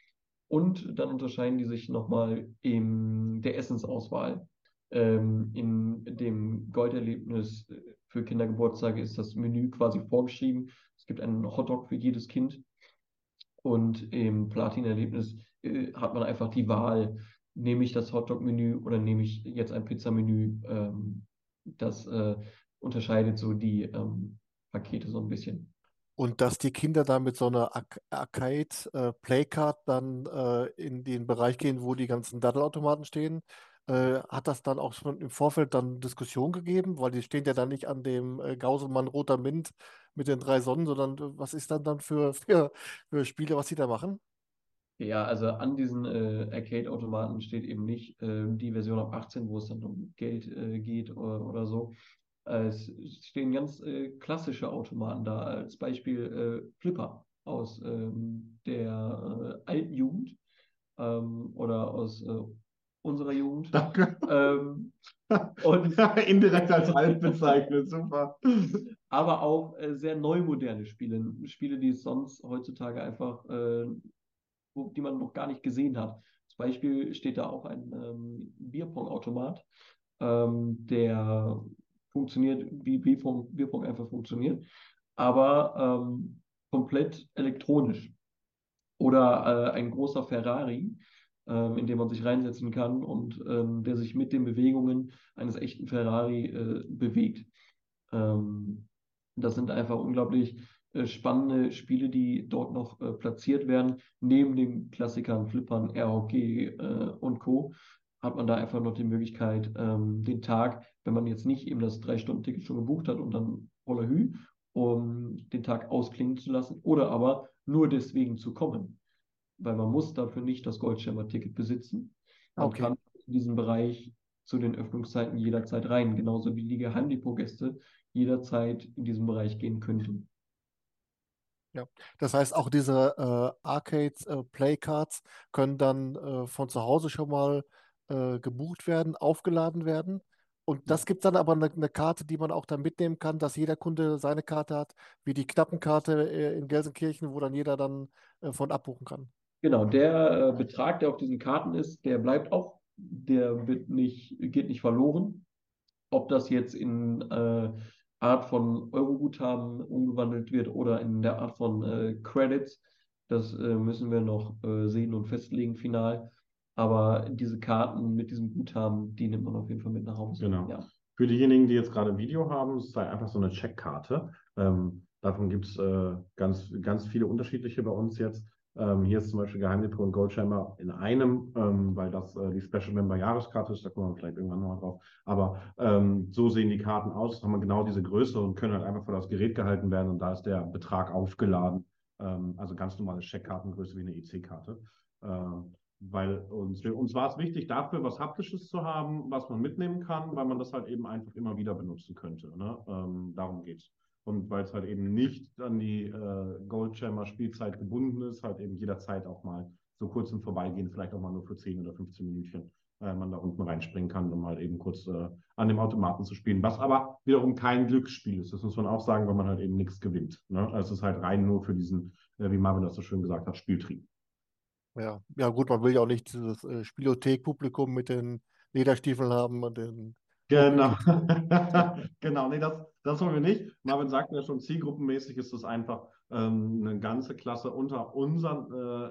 Und dann unterscheiden die sich nochmal in der Essensauswahl. Ähm, in dem Golderlebnis äh, für Kindergeburtstage ist das Menü quasi vorgeschrieben. Es gibt einen Hotdog für jedes Kind. Und im Platin-Erlebnis äh, hat man einfach die Wahl, nehme ich das Hotdog-Menü oder nehme ich jetzt ein Pizzamenü. Ähm, das äh, unterscheidet so die ähm, Pakete so ein bisschen. Und dass die Kinder dann mit so einer Arc- Arcade-Playcard dann äh, in den Bereich gehen, wo die ganzen Daddelautomaten stehen, äh, hat das dann auch schon im Vorfeld dann Diskussion gegeben? Weil die stehen ja dann nicht an dem äh, Gauselmann Roter Mint mit den drei Sonnen, sondern äh, was ist dann dann für, für, für Spiele, was sie da machen? Ja, also an diesen äh, Arcade-Automaten steht eben nicht äh, die Version ab achtzehn, wo es dann um Geld äh, geht oder, oder so. Äh, es stehen ganz äh, klassische Automaten da, als Beispiel äh, Flipper aus ähm, der äh, alten Jugend ähm, oder aus äh, unserer Jugend. Danke. Ähm, und Indirekt als alt bezeichnet, super. aber auch äh, sehr neumoderne Spiele. Spiele, die es sonst heutzutage einfach, äh, wo, die man noch gar nicht gesehen hat. Zum Beispiel steht da auch ein ähm, Bierpong-Automat, ähm, der funktioniert, wie Bierpong, Bierpong einfach funktioniert, aber ähm, komplett elektronisch. Oder äh, ein großer Ferrari, ähm, in den man sich reinsetzen kann und ähm, der sich mit den Bewegungen eines echten Ferrari äh, bewegt. Ähm, Das sind einfach unglaublich äh, spannende Spiele, die dort noch äh, platziert werden. Neben den Klassikern Flippern, Air Hockey äh, und Co. hat man da einfach noch die Möglichkeit, ähm, den Tag, wenn man jetzt nicht eben das Drei-Stunden-Ticket schon gebucht hat und dann holla hü, um den Tag ausklingen zu lassen oder aber nur deswegen zu kommen. Weil man muss dafür nicht das Goldschirmer-Ticket besitzen. Ah, Man okay. kann in diesen Bereich zu den Öffnungszeiten jederzeit rein, genauso wie die Geheimdepot-Gäste jederzeit in diesen Bereich gehen könnten. Ja. Das heißt, auch diese äh, Arcade-Playcards können dann äh, von zu Hause schon mal äh, gebucht werden, aufgeladen werden. Und Ja, das gibt dann aber eine, eine Karte, die man auch dann mitnehmen kann, dass jeder Kunde seine Karte hat, wie die Knappenkarte äh, in Gelsenkirchen, wo dann jeder dann äh, von abbuchen kann. genau, der äh, Betrag, der auf diesen Karten ist, der bleibt auch, der wird nicht, geht nicht verloren. Ob das jetzt in äh, Art von Euro-Guthaben umgewandelt wird oder in der Art von äh, Credits, das äh, müssen wir noch äh, sehen und festlegen final. Aber diese Karten mit diesem Guthaben, die nimmt man auf jeden Fall mit nach Hause. Genau. Ja, Für diejenigen, die jetzt gerade Video haben, es ist halt einfach so eine Checkkarte. Ähm, davon gibt es äh, ganz, ganz viele unterschiedliche bei uns jetzt. Ähm, hier ist zum Beispiel Geheimdepot und Goldschammer in einem, ähm, weil das äh, die Special Member Jahreskarte ist. Da kommen wir vielleicht irgendwann nochmal drauf. Aber ähm, so sehen die Karten aus, haben wir genau diese Größe und können halt einfach vor das Gerät gehalten werden und da ist der Betrag aufgeladen. Ähm, also ganz normale Checkkartengröße wie eine E C-Karte. Ähm, weil uns, uns war es wichtig, dafür was Haptisches zu haben, was man mitnehmen kann, weil man das halt eben einfach immer wieder benutzen könnte. Ne? Ähm, darum geht's. Und weil es halt eben nicht an die äh, Goldjammer Spielzeit gebunden ist, halt eben jederzeit auch mal so kurz im Vorbeigehen, vielleicht auch mal nur für zehn oder fünfzehn Minütchen, äh, man da unten reinspringen kann, um halt eben kurz äh, an dem Automaten zu spielen. Was aber wiederum kein Glücksspiel ist. Das muss man auch sagen, weil man halt eben nichts gewinnt. Ne? Also es ist halt rein nur für diesen, äh, wie Marvin das so schön gesagt hat, Spieltrieb. Ja, ja gut, man will ja auch nicht dieses äh, Spielothek-Publikum mit den Lederstiefeln haben und den Genau. Muckikies. Genau, nee, das, das wollen wir nicht. Marvin sagt ja schon, zielgruppenmäßig ist das einfach ähm, eine ganze Klasse unter unseren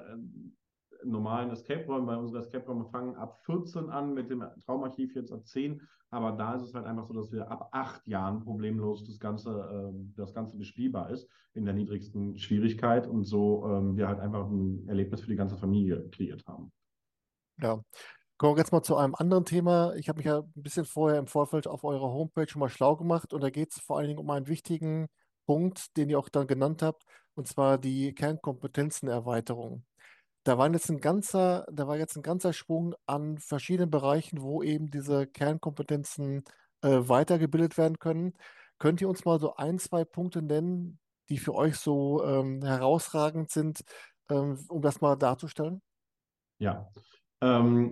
äh, normalen Escape-Räumen. Bei unseren Escape-Räume fangen ab vierzehn an, mit dem Traumarchiv jetzt ab zehn. Aber da ist es halt einfach so, dass wir ab acht Jahren problemlos das Ganze, ähm, das Ganze bespielbar ist, in der niedrigsten Schwierigkeit. Und so ähm, wir halt einfach ein Erlebnis für die ganze Familie kreiert haben. Ja. Kommen wir jetzt mal zu einem anderen Thema. Ich habe mich ja ein bisschen vorher im Vorfeld auf eurer Homepage schon mal schlau gemacht und da geht es vor allen Dingen um einen wichtigen Punkt, den ihr auch dann genannt habt, und zwar die Kernkompetenzenerweiterung. Da war jetzt ein ganzer, da war jetzt ein ganzer Schwung an verschiedenen Bereichen, wo eben diese Kernkompetenzen äh, weitergebildet werden können. Könnt ihr uns mal so ein, zwei Punkte nennen, die für euch so ähm, herausragend sind, ähm, um das mal darzustellen? Ja. Ähm,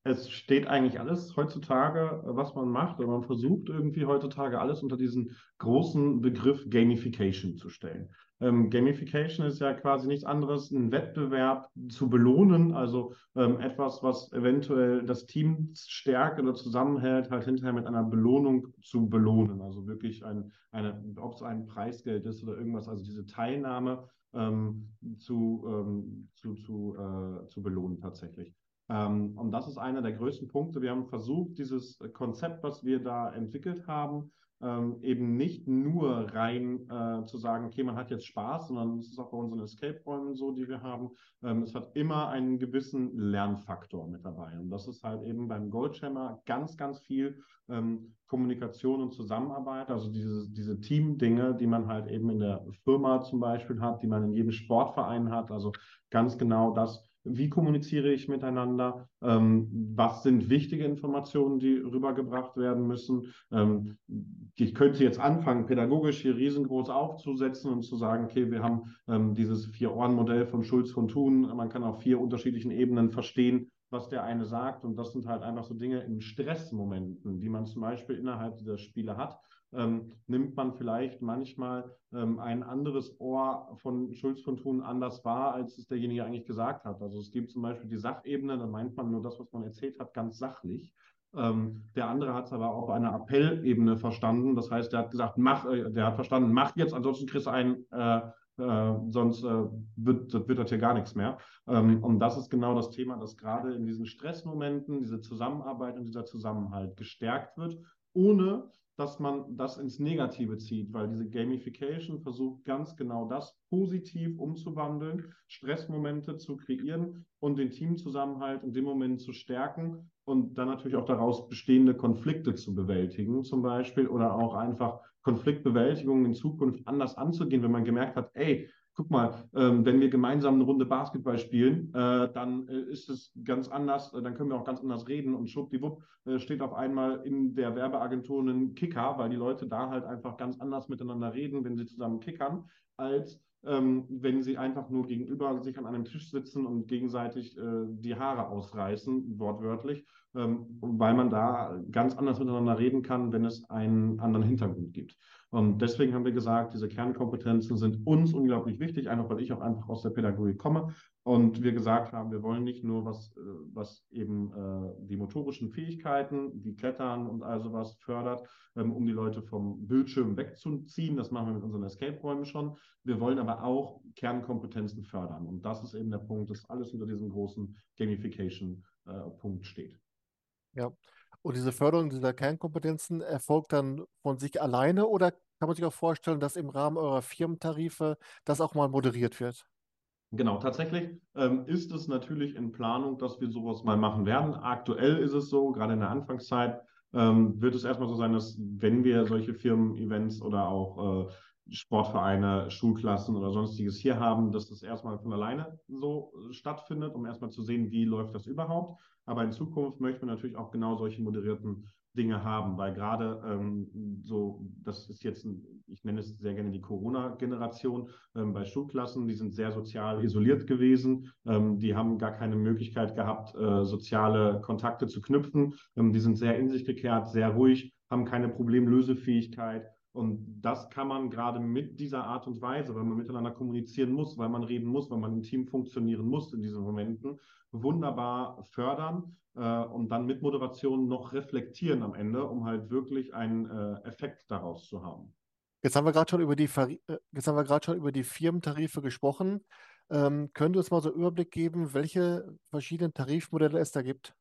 Es steht eigentlich alles heutzutage, was man macht, oder man versucht irgendwie heutzutage alles unter diesen großen Begriff Gamification zu stellen. Ähm, Gamification ist ja quasi nichts anderes, einen Wettbewerb zu belohnen, also ähm, etwas, was eventuell das Team stärkt oder zusammenhält, halt hinterher mit einer Belohnung zu belohnen. Also wirklich ein, eine, ob es ein Preisgeld ist oder irgendwas, also diese Teilnahme ähm, zu, ähm, zu, zu, äh, zu belohnen tatsächlich. Ähm, und das ist einer der größten Punkte. Wir haben versucht, dieses Konzept, was wir da entwickelt haben, ähm, eben nicht nur rein äh, zu sagen, okay, man hat jetzt Spaß, sondern es ist auch bei unseren Escape-Räumen so, die wir haben. Ähm, es hat immer einen gewissen Lernfaktor mit dabei. Und das ist halt eben beim Goldschemmer ganz, ganz viel ähm, Kommunikation und Zusammenarbeit, also diese, diese Team-Dinge, die man halt eben in der Firma zum Beispiel hat, die man in jedem Sportverein hat. Also ganz genau das, wie kommuniziere ich miteinander, ähm, was sind wichtige Informationen, die rübergebracht werden müssen. Ähm, ich könnte jetzt anfangen, pädagogisch hier riesengroß aufzusetzen und zu sagen, okay, wir haben ähm, dieses Vier-Ohren-Modell von Schulz von Thun, man kann auf vier unterschiedlichen Ebenen verstehen, was der eine sagt, und das sind halt einfach so Dinge in Stressmomenten, die man zum Beispiel innerhalb dieser Spiele hat. Ähm, nimmt man vielleicht manchmal ähm, ein anderes Ohr von Schulz von Thun anders wahr, als es derjenige eigentlich gesagt hat. Also es gibt zum Beispiel die Sachebene, da meint man nur das, was man erzählt hat, ganz sachlich. Ähm, der andere hat es aber auf einer Appellebene verstanden. Das heißt, der hat gesagt, mach, äh, der hat verstanden, mach jetzt, ansonsten kriegst du einen, äh, äh, sonst äh, wird, wird das hier gar nichts mehr. Ähm, und das ist genau das Thema, dass gerade in diesen Stressmomenten diese Zusammenarbeit und dieser Zusammenhalt gestärkt wird, ohne dass man das ins Negative zieht, weil diese Gamification versucht ganz genau das positiv umzuwandeln, Stressmomente zu kreieren und den Teamzusammenhalt in dem Moment zu stärken und dann natürlich auch daraus bestehende Konflikte zu bewältigen, zum Beispiel, oder auch einfach Konfliktbewältigung in Zukunft anders anzugehen, wenn man gemerkt hat, ey, guck mal, ähm, wenn wir gemeinsam eine Runde Basketball spielen, äh, dann äh, ist es ganz anders, äh, dann können wir auch ganz anders reden, und schwuppdiwupp äh, steht auf einmal in der Werbeagentur ein Kicker, weil die Leute da halt einfach ganz anders miteinander reden, wenn sie zusammen kickern, als ähm, wenn sie einfach nur gegenüber sich an einem Tisch sitzen und gegenseitig äh, die Haare ausreißen, wortwörtlich, ähm, weil man da ganz anders miteinander reden kann, wenn es einen anderen Hintergrund gibt. Und deswegen haben wir gesagt, diese Kernkompetenzen sind uns unglaublich wichtig, einfach weil ich auch einfach aus der Pädagogik komme. Und wir gesagt haben, wir wollen nicht nur was, äh, was eben äh, die motorischen Fähigkeiten, wie Klettern und all sowas fördert, ähm, um die Leute vom Bildschirm wegzuziehen. Das machen wir mit unseren Escape-Räumen schon. Wir wollen aber auch Kernkompetenzen fördern. Und das ist eben der Punkt, dass alles unter diesem großen Gamification-Punkt steht. Ja. Und diese Förderung dieser Kernkompetenzen erfolgt dann von sich alleine, oder kann man sich auch vorstellen, dass im Rahmen eurer Firmentarife das auch mal moderiert wird? Genau, tatsächlich ähm, ist es natürlich in Planung, dass wir sowas mal machen werden. Aktuell ist es so, gerade in der Anfangszeit, ähm, wird es erstmal so sein, dass wenn wir solche Firmen-Events oder auch äh, Sportvereine, Schulklassen oder sonstiges hier haben, dass das erstmal von alleine so äh, stattfindet, um erstmal zu sehen, wie läuft das überhaupt. Aber in Zukunft möchten wir natürlich auch genau solche moderierten Dinge haben, weil gerade ähm, so, das ist jetzt, ein, ich nenne es sehr gerne die Corona-Generation, ähm, bei Schulklassen, die sind sehr sozial isoliert gewesen, ähm, die haben gar keine Möglichkeit gehabt, äh, soziale Kontakte zu knüpfen, ähm, die sind sehr in sich gekehrt, sehr ruhig, haben keine Problemlösefähigkeit. Und das kann man gerade mit dieser Art und Weise, weil man miteinander kommunizieren muss, weil man reden muss, weil man im Team funktionieren muss in diesen Momenten, wunderbar fördern äh, und dann mit Moderation noch reflektieren am Ende, um halt wirklich einen äh, Effekt daraus zu haben. Jetzt haben wir gerade schon über die, Ver- äh, jetzt haben wir gerade schon über die Firmentarife gesprochen. Ähm, könnt ihr uns mal so einen Überblick geben, welche verschiedenen Tarifmodelle es da gibt?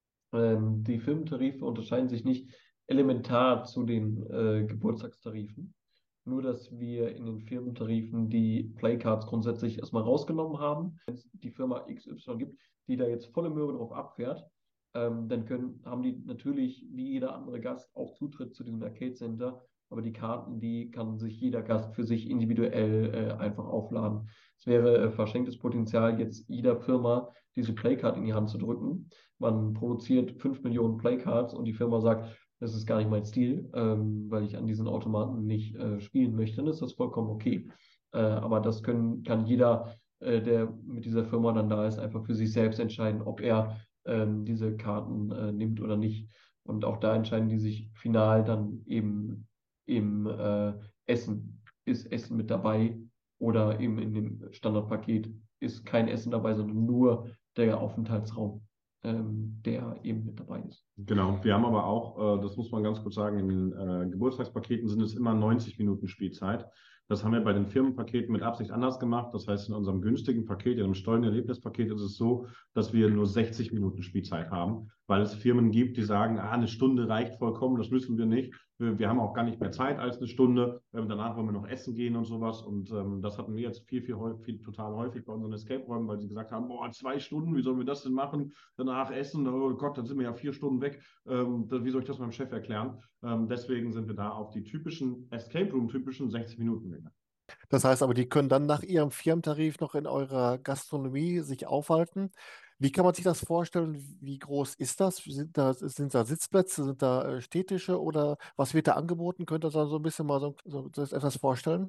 Ähm, die Firmentarife unterscheiden sich nicht elementar zu den äh, Geburtstagstarifen. Nur, dass wir in den Firmentarifen die Playcards grundsätzlich erstmal rausgenommen haben. Wenn es die Firma X Y gibt, die da jetzt volle Möhre drauf abfährt, ähm, dann können, haben die natürlich wie jeder andere Gast auch Zutritt zu diesem Arcade Center. Aber die Karten, die kann sich jeder Gast für sich individuell äh, einfach aufladen. Es wäre äh, verschenktes Potenzial, jetzt jeder Firma diese Playcard in die Hand zu drücken. Man produziert fünf Millionen Playcards und die Firma sagt, das ist gar nicht mein Stil, ähm, weil ich an diesen Automaten nicht äh, spielen möchte, dann ist das vollkommen okay. Äh, aber das können, kann jeder, äh, der mit dieser Firma dann da ist, einfach für sich selbst entscheiden, ob er ähm, diese Karten äh, nimmt oder nicht. Und auch da entscheiden die sich final dann eben im äh, Essen. Ist Essen mit dabei oder eben in dem Standardpaket ist kein Essen dabei, sondern nur der Aufenthaltsraum, ähm, der eben mit dabei ist. Genau, wir haben aber auch, äh, das muss man ganz kurz sagen, in den äh, Geburtstagspaketen sind es immer neunzig Minuten Spielzeit. Das haben wir bei den Firmenpaketen mit Absicht anders gemacht. Das heißt, in unserem günstigen Paket, in einem Stollen-Erlebnispaket ist es so, dass wir nur sechzig Minuten Spielzeit haben, weil es Firmen gibt, die sagen, ah, eine Stunde reicht vollkommen, das müssen wir nicht. Wir, wir haben auch gar nicht mehr Zeit als eine Stunde. Ähm, danach wollen wir noch essen gehen und sowas. Und ähm, das hatten wir jetzt viel, viel, häufig, viel total häufig bei unseren Escape-Räumen, weil sie gesagt haben, boah, zwei Stunden, wie sollen wir das denn machen? Danach essen, oh Gott, dann sind wir ja vier Stunden weg. Ähm, wie soll ich das meinem Chef erklären? Ähm, deswegen sind wir da auf die typischen Escape Room-typischen sechzig Minuten gegangen. Das heißt aber, die können dann nach ihrem Firmentarif noch in eurer Gastronomie sich aufhalten. Wie kann man sich das vorstellen? Wie groß ist das? Sind da, sind da Sitzplätze, sind da äh, Stehtische oder was wird da angeboten? Könnt ihr da so ein bisschen mal so, so das etwas vorstellen?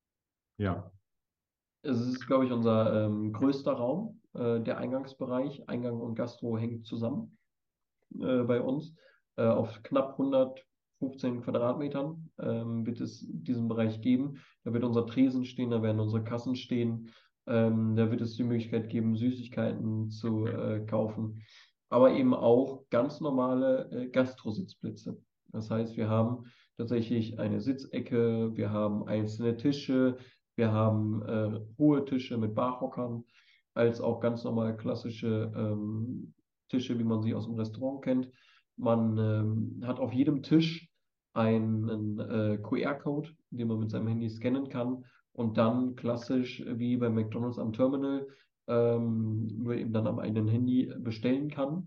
Ja, Es ist, glaube ich, unser ähm, größter Raum, äh, der Eingangsbereich. Eingang und Gastro hängt zusammen äh, bei uns. Äh, auf knapp hundertfünfzehn Quadratmetern ähm, wird es diesen Bereich geben. Da wird unser Tresen stehen, da werden unsere Kassen stehen. Ähm, da wird es die Möglichkeit geben, Süßigkeiten zu äh, kaufen, aber eben auch ganz normale äh, Gastrositzplätze. Das heißt, wir haben tatsächlich eine Sitzecke, wir haben einzelne Tische, wir haben äh, hohe Tische mit Barhockern, als auch ganz normal klassische ähm, Tische, wie man sie aus dem Restaurant kennt. Man ähm, hat auf jedem Tisch einen äh, Q R-Code, den man mit seinem Handy scannen kann und dann klassisch wie bei McDonald's am Terminal ähm, nur eben dann am eigenen Handy bestellen kann,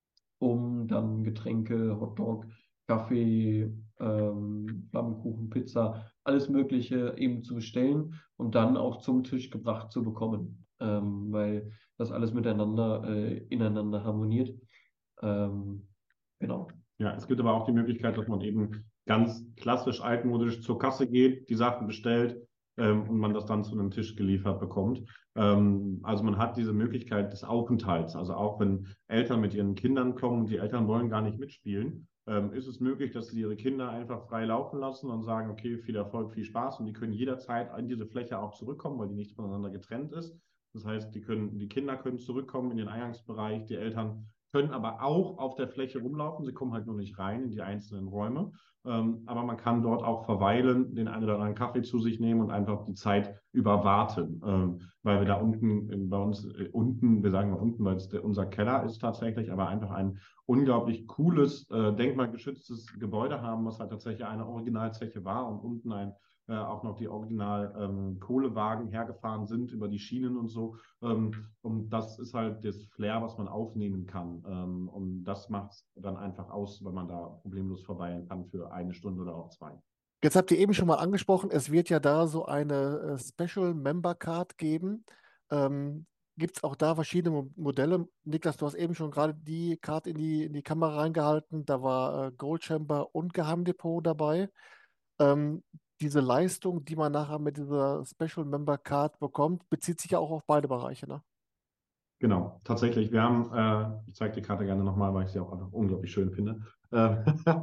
um dann Getränke, Hotdog, Kaffee, ähm, Flammkuchen, Pizza, alles Mögliche eben zu bestellen und dann auch zum Tisch gebracht zu bekommen, ähm, weil das alles miteinander, äh, ineinander harmoniert. Ähm, genau. ja, es gibt aber auch die Möglichkeit, dass man eben ganz klassisch altmodisch zur Kasse geht, die Sachen bestellt ähm, und man das dann zu einem Tisch geliefert bekommt. Ähm, also man hat diese Möglichkeit des Aufenthalts. Also auch wenn Eltern mit ihren Kindern kommen und die Eltern wollen gar nicht mitspielen, ähm, ist es möglich, dass sie ihre Kinder einfach frei laufen lassen und sagen, okay, viel Erfolg, viel Spaß und die können jederzeit an diese Fläche auch zurückkommen, weil die nicht voneinander getrennt ist. Das heißt, die können, die Kinder können zurückkommen in den Eingangsbereich, die Eltern können aber auch auf der Fläche rumlaufen. Sie kommen halt nur nicht rein in die einzelnen Räume. Ähm, aber man kann dort auch verweilen, den einen oder anderen Kaffee zu sich nehmen und einfach die Zeit überwarten. Ähm, weil wir da unten, bei uns äh, unten, wir sagen mal unten, weil es der, unser Keller ist tatsächlich, aber einfach ein unglaublich cooles, äh, denkmalgeschütztes Gebäude haben, was halt tatsächlich eine Originalzeche war und unten ein äh, auch noch die Original ähm, Kohlewagen hergefahren sind über die Schienen und so. Ähm, und das ist halt das Flair, was man aufnehmen kann. Ähm, und das macht es dann einfach aus, wenn man da problemlos verweilen kann für eine Stunde oder auch zwei. Jetzt habt ihr eben schon mal angesprochen, es wird ja da so eine äh, Special Member Card geben. Ähm, Gibt es auch da verschiedene Mo Modelle? Niklas, du hast eben schon gerade die Card in die, in die Kamera reingehalten. Da war äh, Gold Chamber und Geheimdepot dabei. Ähm, diese Leistung, die man nachher mit dieser Special Member Card bekommt, bezieht sich ja auch auf beide Bereiche, ne? Genau, tatsächlich. Wir haben, äh, ich zeige die Karte gerne nochmal, weil ich sie auch einfach unglaublich schön finde. Ähm,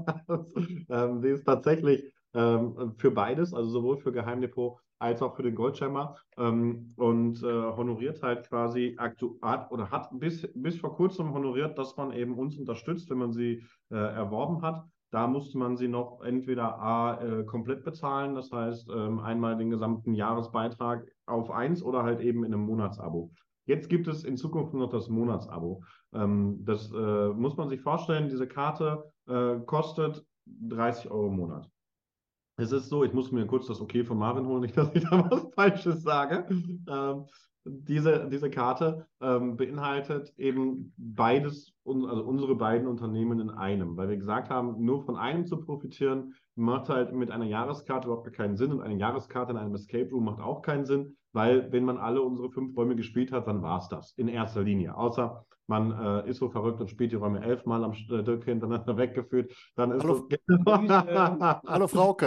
ähm, sie ist tatsächlich ähm, für beides, also sowohl für Geheimdepot als auch für den Goldschemmer ähm, und äh, honoriert halt quasi aktuell oder hat bis, bis vor kurzem honoriert, dass man eben uns unterstützt, wenn man sie äh, erworben hat. Da musste man sie noch entweder A, äh, komplett bezahlen, das heißt ähm, einmal den gesamten Jahresbeitrag auf eins oder halt eben in einem Monatsabo. Jetzt gibt es in Zukunft nur noch das Monatsabo. Ähm, das äh, muss man sich vorstellen, diese Karte äh, kostet dreißig Euro im Monat. Es ist so, ich muss mir kurz das Okay von Marvin holen, nicht, dass ich da was Falsches sage. Ähm, diese, diese Karte ähm, beinhaltet eben beides, also unsere beiden Unternehmen in einem, weil wir gesagt haben, nur von einem zu profitieren, macht halt mit einer Jahreskarte überhaupt keinen Sinn und eine Jahreskarte in einem Escape Room macht auch keinen Sinn, weil wenn man alle unsere fünf Räume gespielt hat, dann war es das in erster Linie. Außer man äh, ist so verrückt und spielt die Räume elfmal am Stück hintereinander weggeführt, dann ist Hallo, das... hallo Frauke.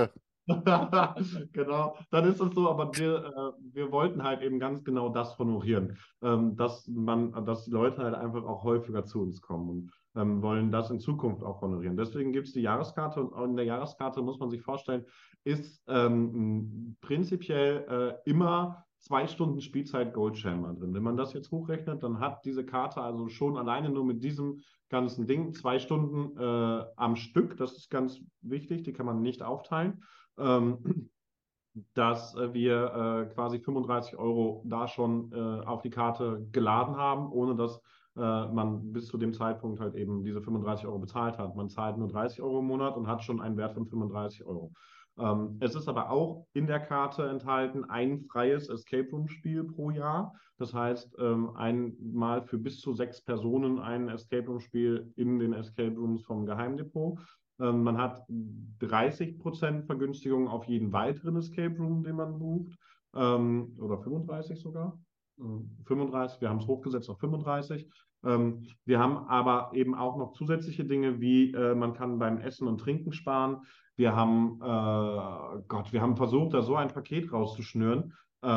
Genau, dann ist es so, aber wir, äh, wir wollten halt eben ganz genau das honorieren, ähm, dass man, dass die Leute halt einfach auch häufiger zu uns kommen und ähm, wollen das in Zukunft auch honorieren. Deswegen gibt es die Jahreskarte und in der Jahreskarte muss man sich vorstellen, ist ähm, prinzipiell äh, immer zwei Stunden Spielzeit Goldschammer drin. Wenn man das jetzt hochrechnet, dann hat diese Karte also schon alleine nur mit diesem ganzen Ding zwei Stunden äh, am Stück. Das ist ganz wichtig, die kann man nicht aufteilen. Ähm, dass äh, wir äh, quasi fünfunddreißig Euro da schon äh, auf die Karte geladen haben, ohne dass äh, man bis zu dem Zeitpunkt halt eben diese fünfunddreißig Euro bezahlt hat. Man zahlt nur dreißig Euro im Monat und hat schon einen Wert von fünfunddreißig Euro. Ähm, es ist aber auch in der Karte enthalten ein freies Escape Room Spiel pro Jahr. Das heißt, ähm, einmal für bis zu sechs Personen ein Escape Room Spiel in den Escape Rooms vom Geheimdepot. Ähm, man hat dreißig Prozent Vergünstigung auf jeden weiteren Escape Room, den man bucht. Ähm, oder fünfunddreißig sogar. fünfunddreißig, wir haben es hochgesetzt auf fünfunddreißig. Ähm, wir haben aber eben auch noch zusätzliche Dinge, wie äh, man kann beim Essen und Trinken sparen. Wir haben, äh, Gott, wir haben versucht, da so ein Paket rauszuschnüren,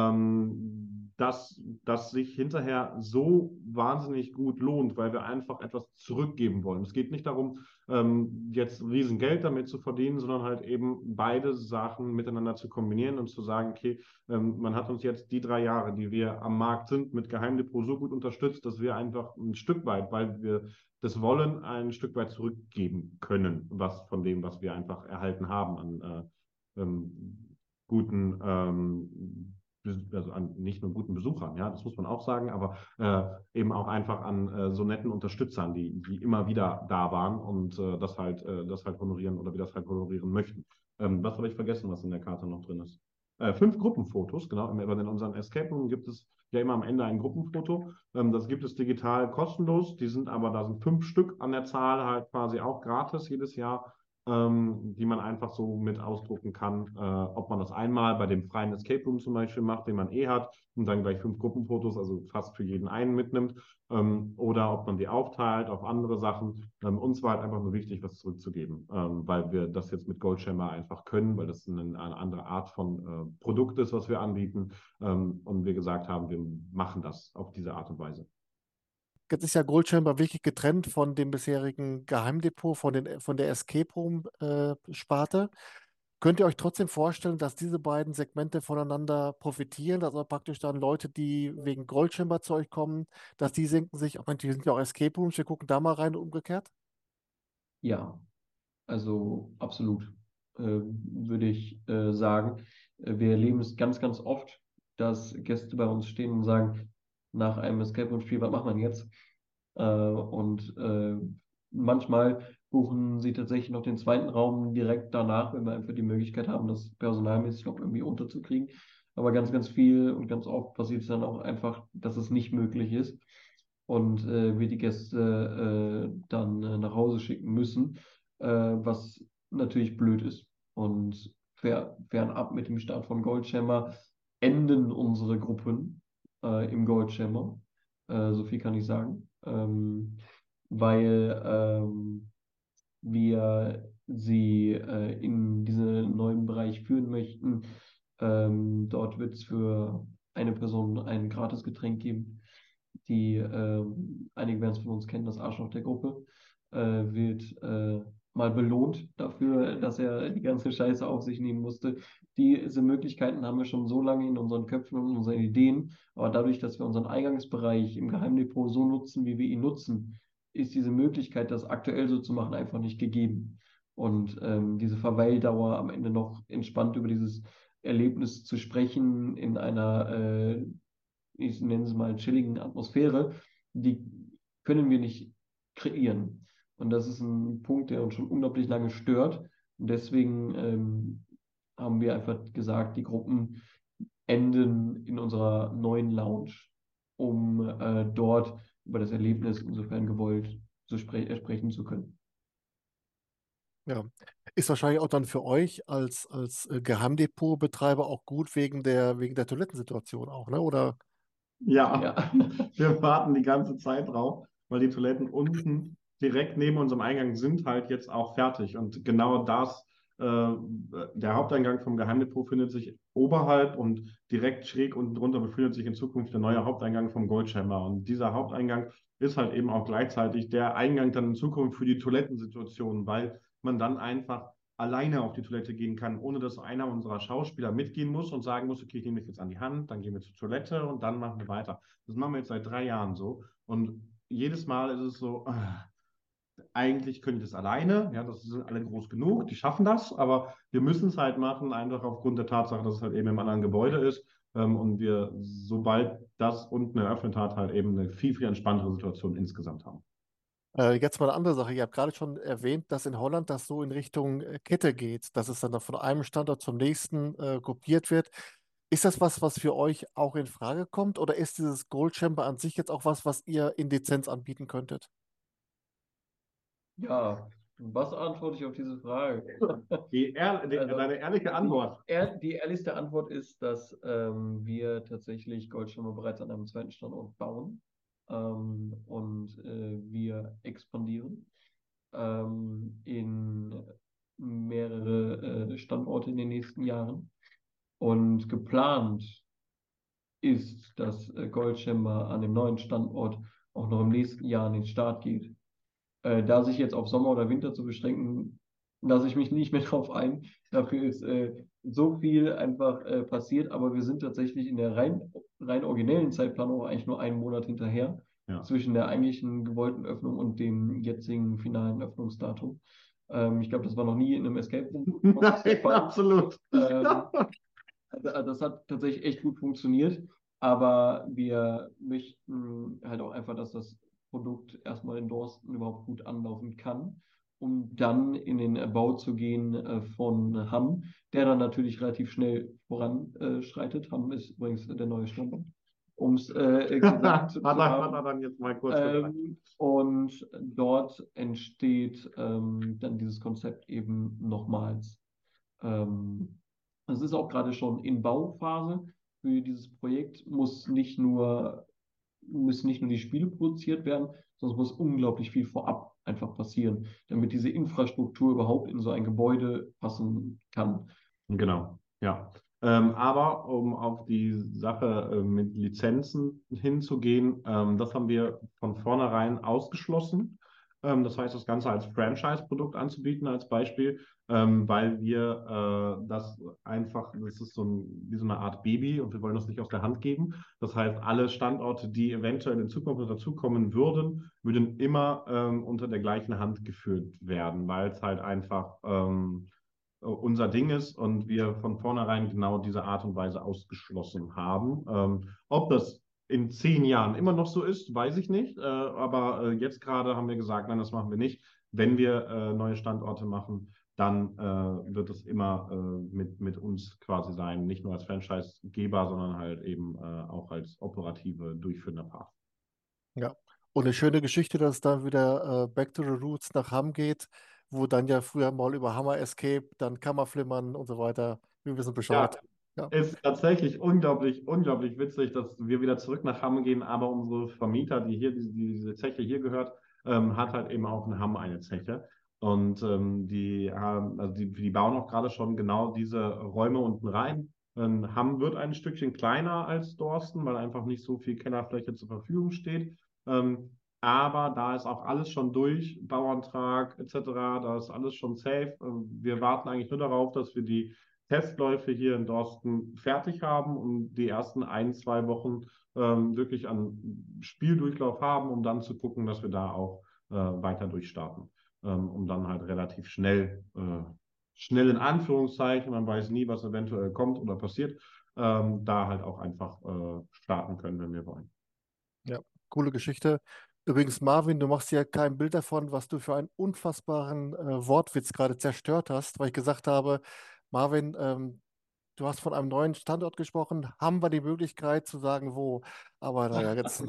ähm, dass das sich hinterher so wahnsinnig gut lohnt, weil wir einfach etwas zurückgeben wollen. Es geht nicht darum, ähm, jetzt Riesengeld damit zu verdienen, sondern halt eben beide Sachen miteinander zu kombinieren und zu sagen, okay, ähm, man hat uns jetzt die drei Jahre, die wir am Markt sind, mit Geheimdepot so gut unterstützt, dass wir einfach ein Stück weit, weil wir das wollen, ein Stück weit zurückgeben können, was von dem, was wir einfach erhalten haben an äh, ähm, guten ähm, also an nicht nur guten Besuchern, ja, das muss man auch sagen, aber äh, eben auch einfach an äh, so netten Unterstützern, die, die immer wieder da waren und äh, das halt, äh, das halt honorieren oder wir das halt honorieren möchten. Ähm, was habe ich vergessen, was in der Karte noch drin ist? Äh, fünf Gruppenfotos, genau. In unseren Escape Room gibt es ja immer am Ende ein Gruppenfoto. Ähm, das gibt es digital kostenlos. Die sind aber, da sind fünf Stück an der Zahl halt quasi auch gratis jedes Jahr, ähm, die man einfach so mit ausdrucken kann, äh, ob man das einmal bei dem freien Escape Room zum Beispiel macht, den man eh hat, und dann gleich fünf Gruppenfotos, also fast für jeden einen mitnimmt, ähm, oder ob man die aufteilt auf andere Sachen. Ähm, uns war halt einfach nur wichtig, was zurückzugeben, ähm, weil wir das jetzt mit Goldschammer einfach können, weil das eine, eine andere Art von äh, Produkt ist, was wir anbieten, ähm, und wir gesagt haben, wir machen das auf diese Art und Weise. Jetzt ist ja Gold Chamber wirklich getrennt von dem bisherigen Geheimdepot, von, den, von der Escape Room-Sparte. Könnt ihr euch trotzdem vorstellen, dass diese beiden Segmente voneinander profitieren? Also praktisch dann Leute, die wegen Gold Chamber zu euch kommen, dass die denken sich, oh Mensch, die sind ja auch Escape Rooms, wir gucken da mal rein und umgekehrt? Ja, also absolut, äh, würde ich äh, sagen. Äh, Wir erleben es ganz, ganz oft, dass Gäste bei uns stehen und sagen, nach einem Escape Room-Spiel, was macht man jetzt? Äh, und äh, manchmal buchen sie tatsächlich noch den zweiten Raum direkt danach, wenn wir einfach die Möglichkeit haben, das personalmäßig noch irgendwie unterzukriegen. Aber ganz, ganz viel und ganz oft passiert es dann auch einfach, dass es nicht möglich ist und äh, wir die Gäste äh, dann äh, nach Hause schicken müssen, äh, was natürlich blöd ist. Und fer fernab mit dem Start von Goldschammer enden unsere Gruppen äh, im Goldschammer. Äh, so viel kann ich sagen. Ähm, weil ähm, wir sie äh, in diesen neuen Bereich führen möchten. Ähm, dort wird es für eine Person ein Gratisgetränk geben. Die, ähm, einige werden es von uns kennen, das Arschloch der Gruppe, äh, wird äh, mal belohnt dafür, dass er die ganze Scheiße auf sich nehmen musste. Diese Möglichkeiten haben wir schon so lange in unseren Köpfen und in unseren Ideen, aber dadurch, dass wir unseren Eingangsbereich im Geheimdepot so nutzen, wie wir ihn nutzen, ist diese Möglichkeit, das aktuell so zu machen, einfach nicht gegeben. Und ähm, diese Verweildauer am Ende noch entspannt über dieses Erlebnis zu sprechen in einer, äh, ich nenne es mal, chilligen Atmosphäre, die können wir nicht kreieren. Und das ist ein Punkt, der uns schon unglaublich lange stört. Und deswegen ähm, haben wir einfach gesagt, die Gruppen enden in unserer neuen Lounge, um äh, dort über das Erlebnis, insofern gewollt, zu spre äh, sprechen zu können. Ja. Ist wahrscheinlich auch dann für euch als, als äh, Geheimdepotbetreiber auch gut wegen der, wegen der Toilettensituation auch, ne? Oder? Ja, Ja, wir warten die ganze Zeit drauf, weil die Toiletten unten direkt neben unserem Eingang sind halt jetzt auch fertig. Und genau das Äh, der Haupteingang vom Geheimdepot findet sich oberhalb und direkt schräg unten drunter befindet sich in Zukunft der neue Haupteingang vom Goldchamber. Und dieser Haupteingang ist halt eben auch gleichzeitig der Eingang dann in Zukunft für die Toilettensituation, weil man dann einfach alleine auf die Toilette gehen kann, ohne dass einer unserer Schauspieler mitgehen muss und sagen muss, okay, ich nehme mich jetzt an die Hand, dann gehen wir zur Toilette und dann machen wir weiter. Das machen wir jetzt seit drei Jahren so. Und jedes Mal ist es so, ah, eigentlich können die das alleine, ja, das sind alle groß genug, die schaffen das, aber wir müssen es halt machen, einfach aufgrund der Tatsache, dass es halt eben im anderen Gebäude ist ähm, und wir, sobald das unten eröffnet hat, halt eben eine viel, viel entspanntere Situation insgesamt haben. Äh, jetzt mal eine andere Sache. Ihr habt gerade schon erwähnt, dass in Holland das so in Richtung äh, Kette geht, dass es dann von einem Standort zum nächsten äh, kopiert wird. Ist das was, was für euch auch in Frage kommt, oder ist dieses Gold Chamber an sich jetzt auch was, was ihr in Lizenz anbieten könntet? Ja, was antworte ich auf diese Frage? Die, ehr, die, Also, deine ehrliche Antwort. Die, ehr, die ehrlichste Antwort ist, dass ähm, wir tatsächlich Goldschimmer bereits an einem zweiten Standort bauen ähm, und äh, wir expandieren ähm, in mehrere äh, Standorte in den nächsten Jahren. Und geplant ist, dass äh, Goldschimmer an dem neuen Standort auch noch im nächsten Jahr an den Start geht. Äh, da sich jetzt auf Sommer oder Winter zu beschränken, lasse ich mich nicht mehr drauf ein. Dafür ist äh, so viel einfach äh, passiert, aber wir sind tatsächlich in der rein, rein originellen Zeitplanung eigentlich nur einen Monat hinterher Ja. zwischen der eigentlichen gewollten Öffnung und dem jetzigen finalen Öffnungsdatum. Ähm, ich glaube, das war noch nie in einem Escape Room der Nein, Fall. absolut. Ähm, also das hat tatsächlich echt gut funktioniert, aber wir möchten halt auch einfach, dass das Produkt erstmal in Dorsten überhaupt gut anlaufen kann, um dann in den Bau zu gehen äh, von Hamm, der dann natürlich relativ schnell voranschreitet. Hamm ist übrigens der neue Standort, um es äh, gesagt zu Hat er, hat haben. er dann jetzt mal kurz gesagt. Ähm, und dort entsteht ähm, dann dieses Konzept eben nochmals. Ähm, Es ist auch gerade schon in Bauphase für dieses Projekt, muss nicht nur, müssen nicht nur die Spiele produziert werden, sondern es muss unglaublich viel vorab einfach passieren, damit diese Infrastruktur überhaupt in so ein Gebäude passen kann. Genau, ja. Ähm, aber um auf die Sache äh, mit Lizenzen hinzugehen, ähm, das haben wir von vornherein ausgeschlossen. Ähm, das heißt, das Ganze als Franchise-Produkt anzubieten als Beispiel, ähm, weil wir äh, das einfach, das ist so ein, wie so eine Art Baby und wir wollen das nicht aus der Hand geben. Das heißt, alle Standorte, die eventuell in Zukunft dazukommen würden, würden immer ähm, unter der gleichen Hand geführt werden, weil es halt einfach ähm, unser Ding ist und wir von vornherein genau diese Art und Weise ausgeschlossen haben. Ähm, ob das in zehn Jahren immer noch so ist, weiß ich nicht. Äh, aber äh, jetzt gerade haben wir gesagt, nein, das machen wir nicht. Wenn wir äh, neue Standorte machen, dann äh, wird es immer äh, mit, mit uns quasi sein, nicht nur als Franchise-Geber, sondern halt eben äh, auch als operative durchführender Part. Ja. Und eine schöne Geschichte, dass es dann wieder äh, Back to the Roots nach Hamm geht, wo dann ja früher mal über Hammer Escape, dann Kammerflimmern und so weiter. Wir wissen Ja, Bescheid. Ja. ist tatsächlich unglaublich, unglaublich witzig, dass wir wieder zurück nach Hamm gehen, aber unsere Vermieter, die hier, die, die diese Zeche hier gehört, ähm, hat halt eben auch in Hamm eine Zeche. Und ähm, die, haben, also die, die bauen auch gerade schon genau diese Räume unten rein. Ähm, Hamm wird ein Stückchen kleiner als Dorsten, weil einfach nicht so viel Kellerfläche zur Verfügung steht. Ähm, aber da ist auch alles schon durch, Bauantrag et cetera, da ist alles schon safe. Ähm, wir warten eigentlich nur darauf, dass wir die Testläufe hier in Dorsten fertig haben und die ersten ein, zwei Wochen ähm, wirklich an Spieldurchlauf haben, um dann zu gucken, dass wir da auch äh, weiter durchstarten. Ähm, um dann halt relativ schnell, äh, schnell in Anführungszeichen, man weiß nie, was eventuell kommt oder passiert, ähm, da halt auch einfach äh, starten können, wenn wir wollen. Ja, coole Geschichte. Übrigens, Marvin, du machst ja kein Bild davon, was du für einen unfassbaren äh, Wortwitz gerade zerstört hast, weil ich gesagt habe, Marvin, ähm, du hast von einem neuen Standort gesprochen. Haben wir die Möglichkeit zu sagen, wo? Aber naja, jetzt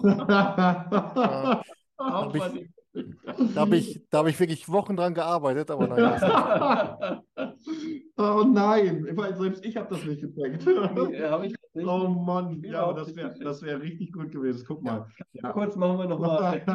äh, habe ich, da habe ich, da habe ich wirklich Wochen dran gearbeitet, aber naja, ist nicht. Oh nein, weil selbst ich habe das nicht gecheckt. Nee, habe ich tatsächlich Oh Mann, ja, aber überhaupt das nicht wäre gecheckt. das wär richtig gut gewesen. Guck mal. Ja. Kurz machen wir nochmal.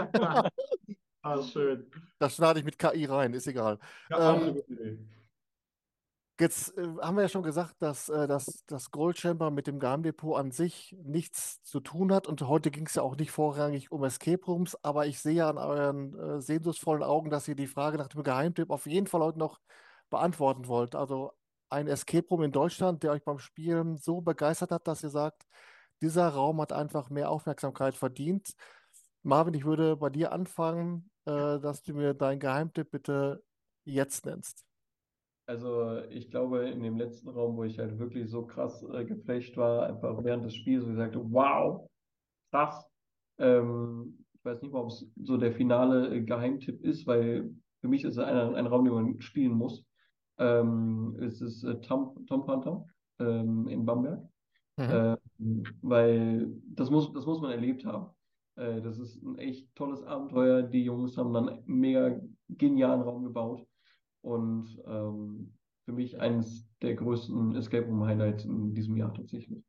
Ah, schön. Das schneide ich mit K I rein, ist egal. Ja, auch eine Ähm, gute Idee. Jetzt äh, haben wir ja schon gesagt, dass äh, das, das Gold Chamber mit dem Geheimdepot an sich nichts zu tun hat. Und heute ging es ja auch nicht vorrangig um Escape Rooms, aber ich sehe ja an euren äh, sehnsuchtsvollen Augen, dass ihr die Frage nach dem Geheimtipp auf jeden Fall heute noch beantworten wollt. Also ein Escape Room in Deutschland, der euch beim Spielen so begeistert hat, dass ihr sagt, dieser Raum hat einfach mehr Aufmerksamkeit verdient. Marvin, ich würde bei dir anfangen, äh, dass du mir deinen Geheimtipp bitte jetzt nennst. Also ich glaube, in dem letzten Raum, wo ich halt wirklich so krass äh, geflasht war, einfach während des Spiels, wo ich sagte, wow, krass. Ähm, ich weiß nicht mal, ob es so der finale äh, Geheimtipp ist, weil für mich ist es ein, ein Raum, den man spielen muss. Ähm, es ist äh, Tom, Tom Panther ähm, in Bamberg. Mhm. Ähm, weil das muss, das muss man erlebt haben. Äh, das ist ein echt tolles Abenteuer. Die Jungs haben dann einen mega genialen Raum gebaut. Und ähm, für mich eines der größten Escape Room Highlights in diesem Jahr tatsächlich.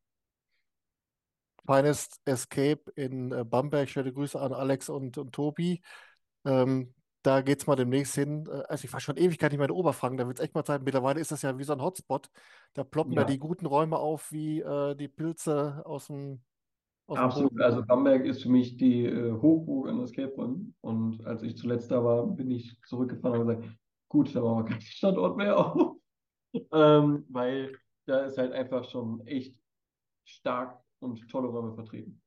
Finest Escape in äh, Bamberg. Schöne Grüße an Alex und, und Tobi. Ähm, da geht es mal demnächst hin. Äh, Also ich war schon Ewigkeit nicht mehr in Oberfranken, da wird es echt mal Zeit. Mittlerweile ist das ja wie so ein Hotspot. Da ploppen ja Ja, die guten Räume auf wie äh, die Pilze aus dem, aus dem absolut. Boden. Also Bamberg ist für mich die äh, Hochburg an Escape Räumen. Und als ich zuletzt da war, bin ich zurückgefahren und gesagt, gut, da machen wir keinen Standort mehr auf. Ähm, weil da ist halt einfach schon echt stark und tolle Räume vertreten.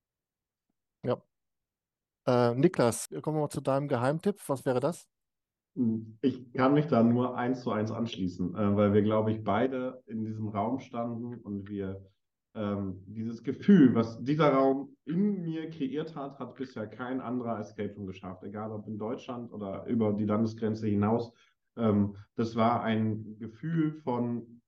Ja. Äh, Niklas, kommen wir mal zu deinem Geheimtipp. Was wäre das? Ich kann mich da nur eins zu eins anschließen, äh, weil wir, glaube ich, beide in diesem Raum standen und wir ähm, dieses Gefühl, was dieser Raum in mir kreiert hat, hat bisher kein anderer Escape Room geschafft, egal ob in Deutschland oder über die Landesgrenze hinaus. Ähm, das war ein Gefühl von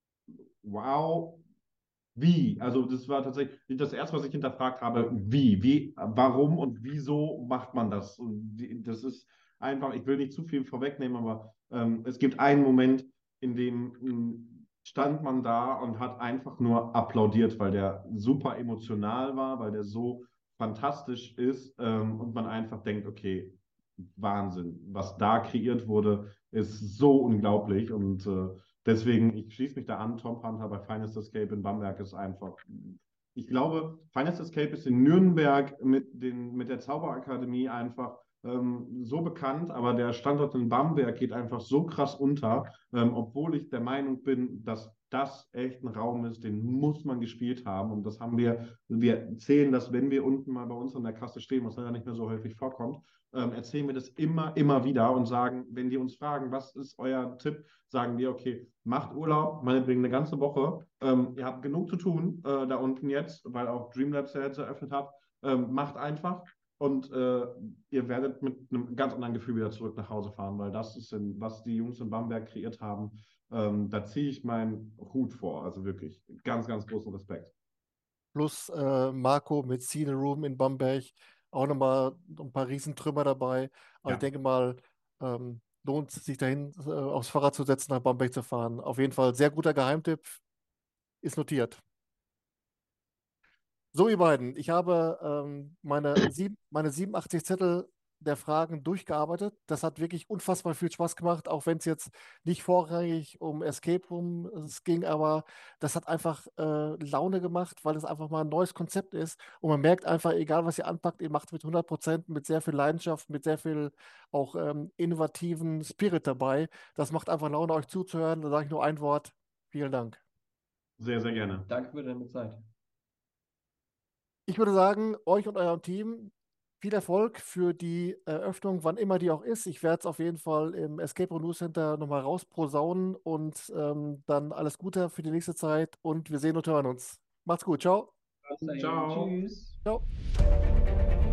wow, wie? Also das war tatsächlich das Erste, was ich hinterfragt habe, wie? Wie, warum und wieso macht man das? Und die, das ist einfach, ich will nicht zu viel vorwegnehmen, aber ähm, es gibt einen Moment, in dem ähm, stand man da und hat einfach nur applaudiert, weil der super emotional war, weil der so fantastisch ist ähm, und man einfach denkt, okay, Wahnsinn, was da kreiert wurde, ist so unglaublich und äh, deswegen, ich schließe mich da an, Tom Panther bei Finest Escape in Bamberg ist einfach. Ich glaube, Finest Escape ist in Nürnberg mit, den, mit der Zauberakademie einfach ähm, so bekannt, aber der Standort in Bamberg geht einfach so krass unter, ähm, obwohl ich der Meinung bin, dass das echt ein Raum ist, den muss man gespielt haben. Und das haben wir, wir zählen das, wenn wir unten mal bei uns an der Kasse stehen, was leider nicht mehr so häufig vorkommt, ähm, erzählen wir das immer, immer wieder und sagen, wenn die uns fragen, was ist euer Tipp, sagen wir, okay, macht Urlaub, meinetwegen eine ganze Woche. Ähm, ihr habt genug zu tun äh, da unten jetzt, weil auch Dreamlabs ja jetzt eröffnet hat. Ähm, macht einfach und äh, ihr werdet mit einem ganz anderen Gefühl wieder zurück nach Hause fahren, weil das ist, in, was die Jungs in Bamberg kreiert haben. Ähm, da ziehe ich meinen Hut vor. Also wirklich ganz, ganz großen Respekt. Plus äh, Marco mit Scene Room in Bamberg. Auch nochmal ein paar Riesentrümmer dabei. Also ich Ja, denke mal, ähm, lohnt es sich dahin, äh, aufs Fahrrad zu setzen, nach Bamberg zu fahren. Auf jeden Fall sehr guter Geheimtipp. Ist notiert. So, ihr beiden, ich habe ähm, meine, sieb, meine siebenundachtzig Zettel der Fragen durchgearbeitet. Das hat wirklich unfassbar viel Spaß gemacht, auch wenn es jetzt nicht vorrangig um Escape Rooms ging, aber das hat einfach äh, Laune gemacht, weil es einfach mal ein neues Konzept ist. Und man merkt einfach, egal was ihr anpackt, ihr macht es mit hundert Prozent, mit sehr viel Leidenschaft, mit sehr viel auch ähm, innovativen Spirit dabei. Das macht einfach Laune, euch zuzuhören. Da sage ich nur ein Wort. Vielen Dank. sehr, sehr gerne. Danke für deine Zeit. Ich würde sagen, euch und eurem Team viel Erfolg für die Eröffnung, wann immer die auch ist. Ich werde es auf jeden Fall im Escape Room News Center nochmal rausposaunen und ähm, dann alles Gute für die nächste Zeit und wir sehen und hören uns. Macht's gut, ciao. Bis dahin. Ciao. Tschüss. Ciao.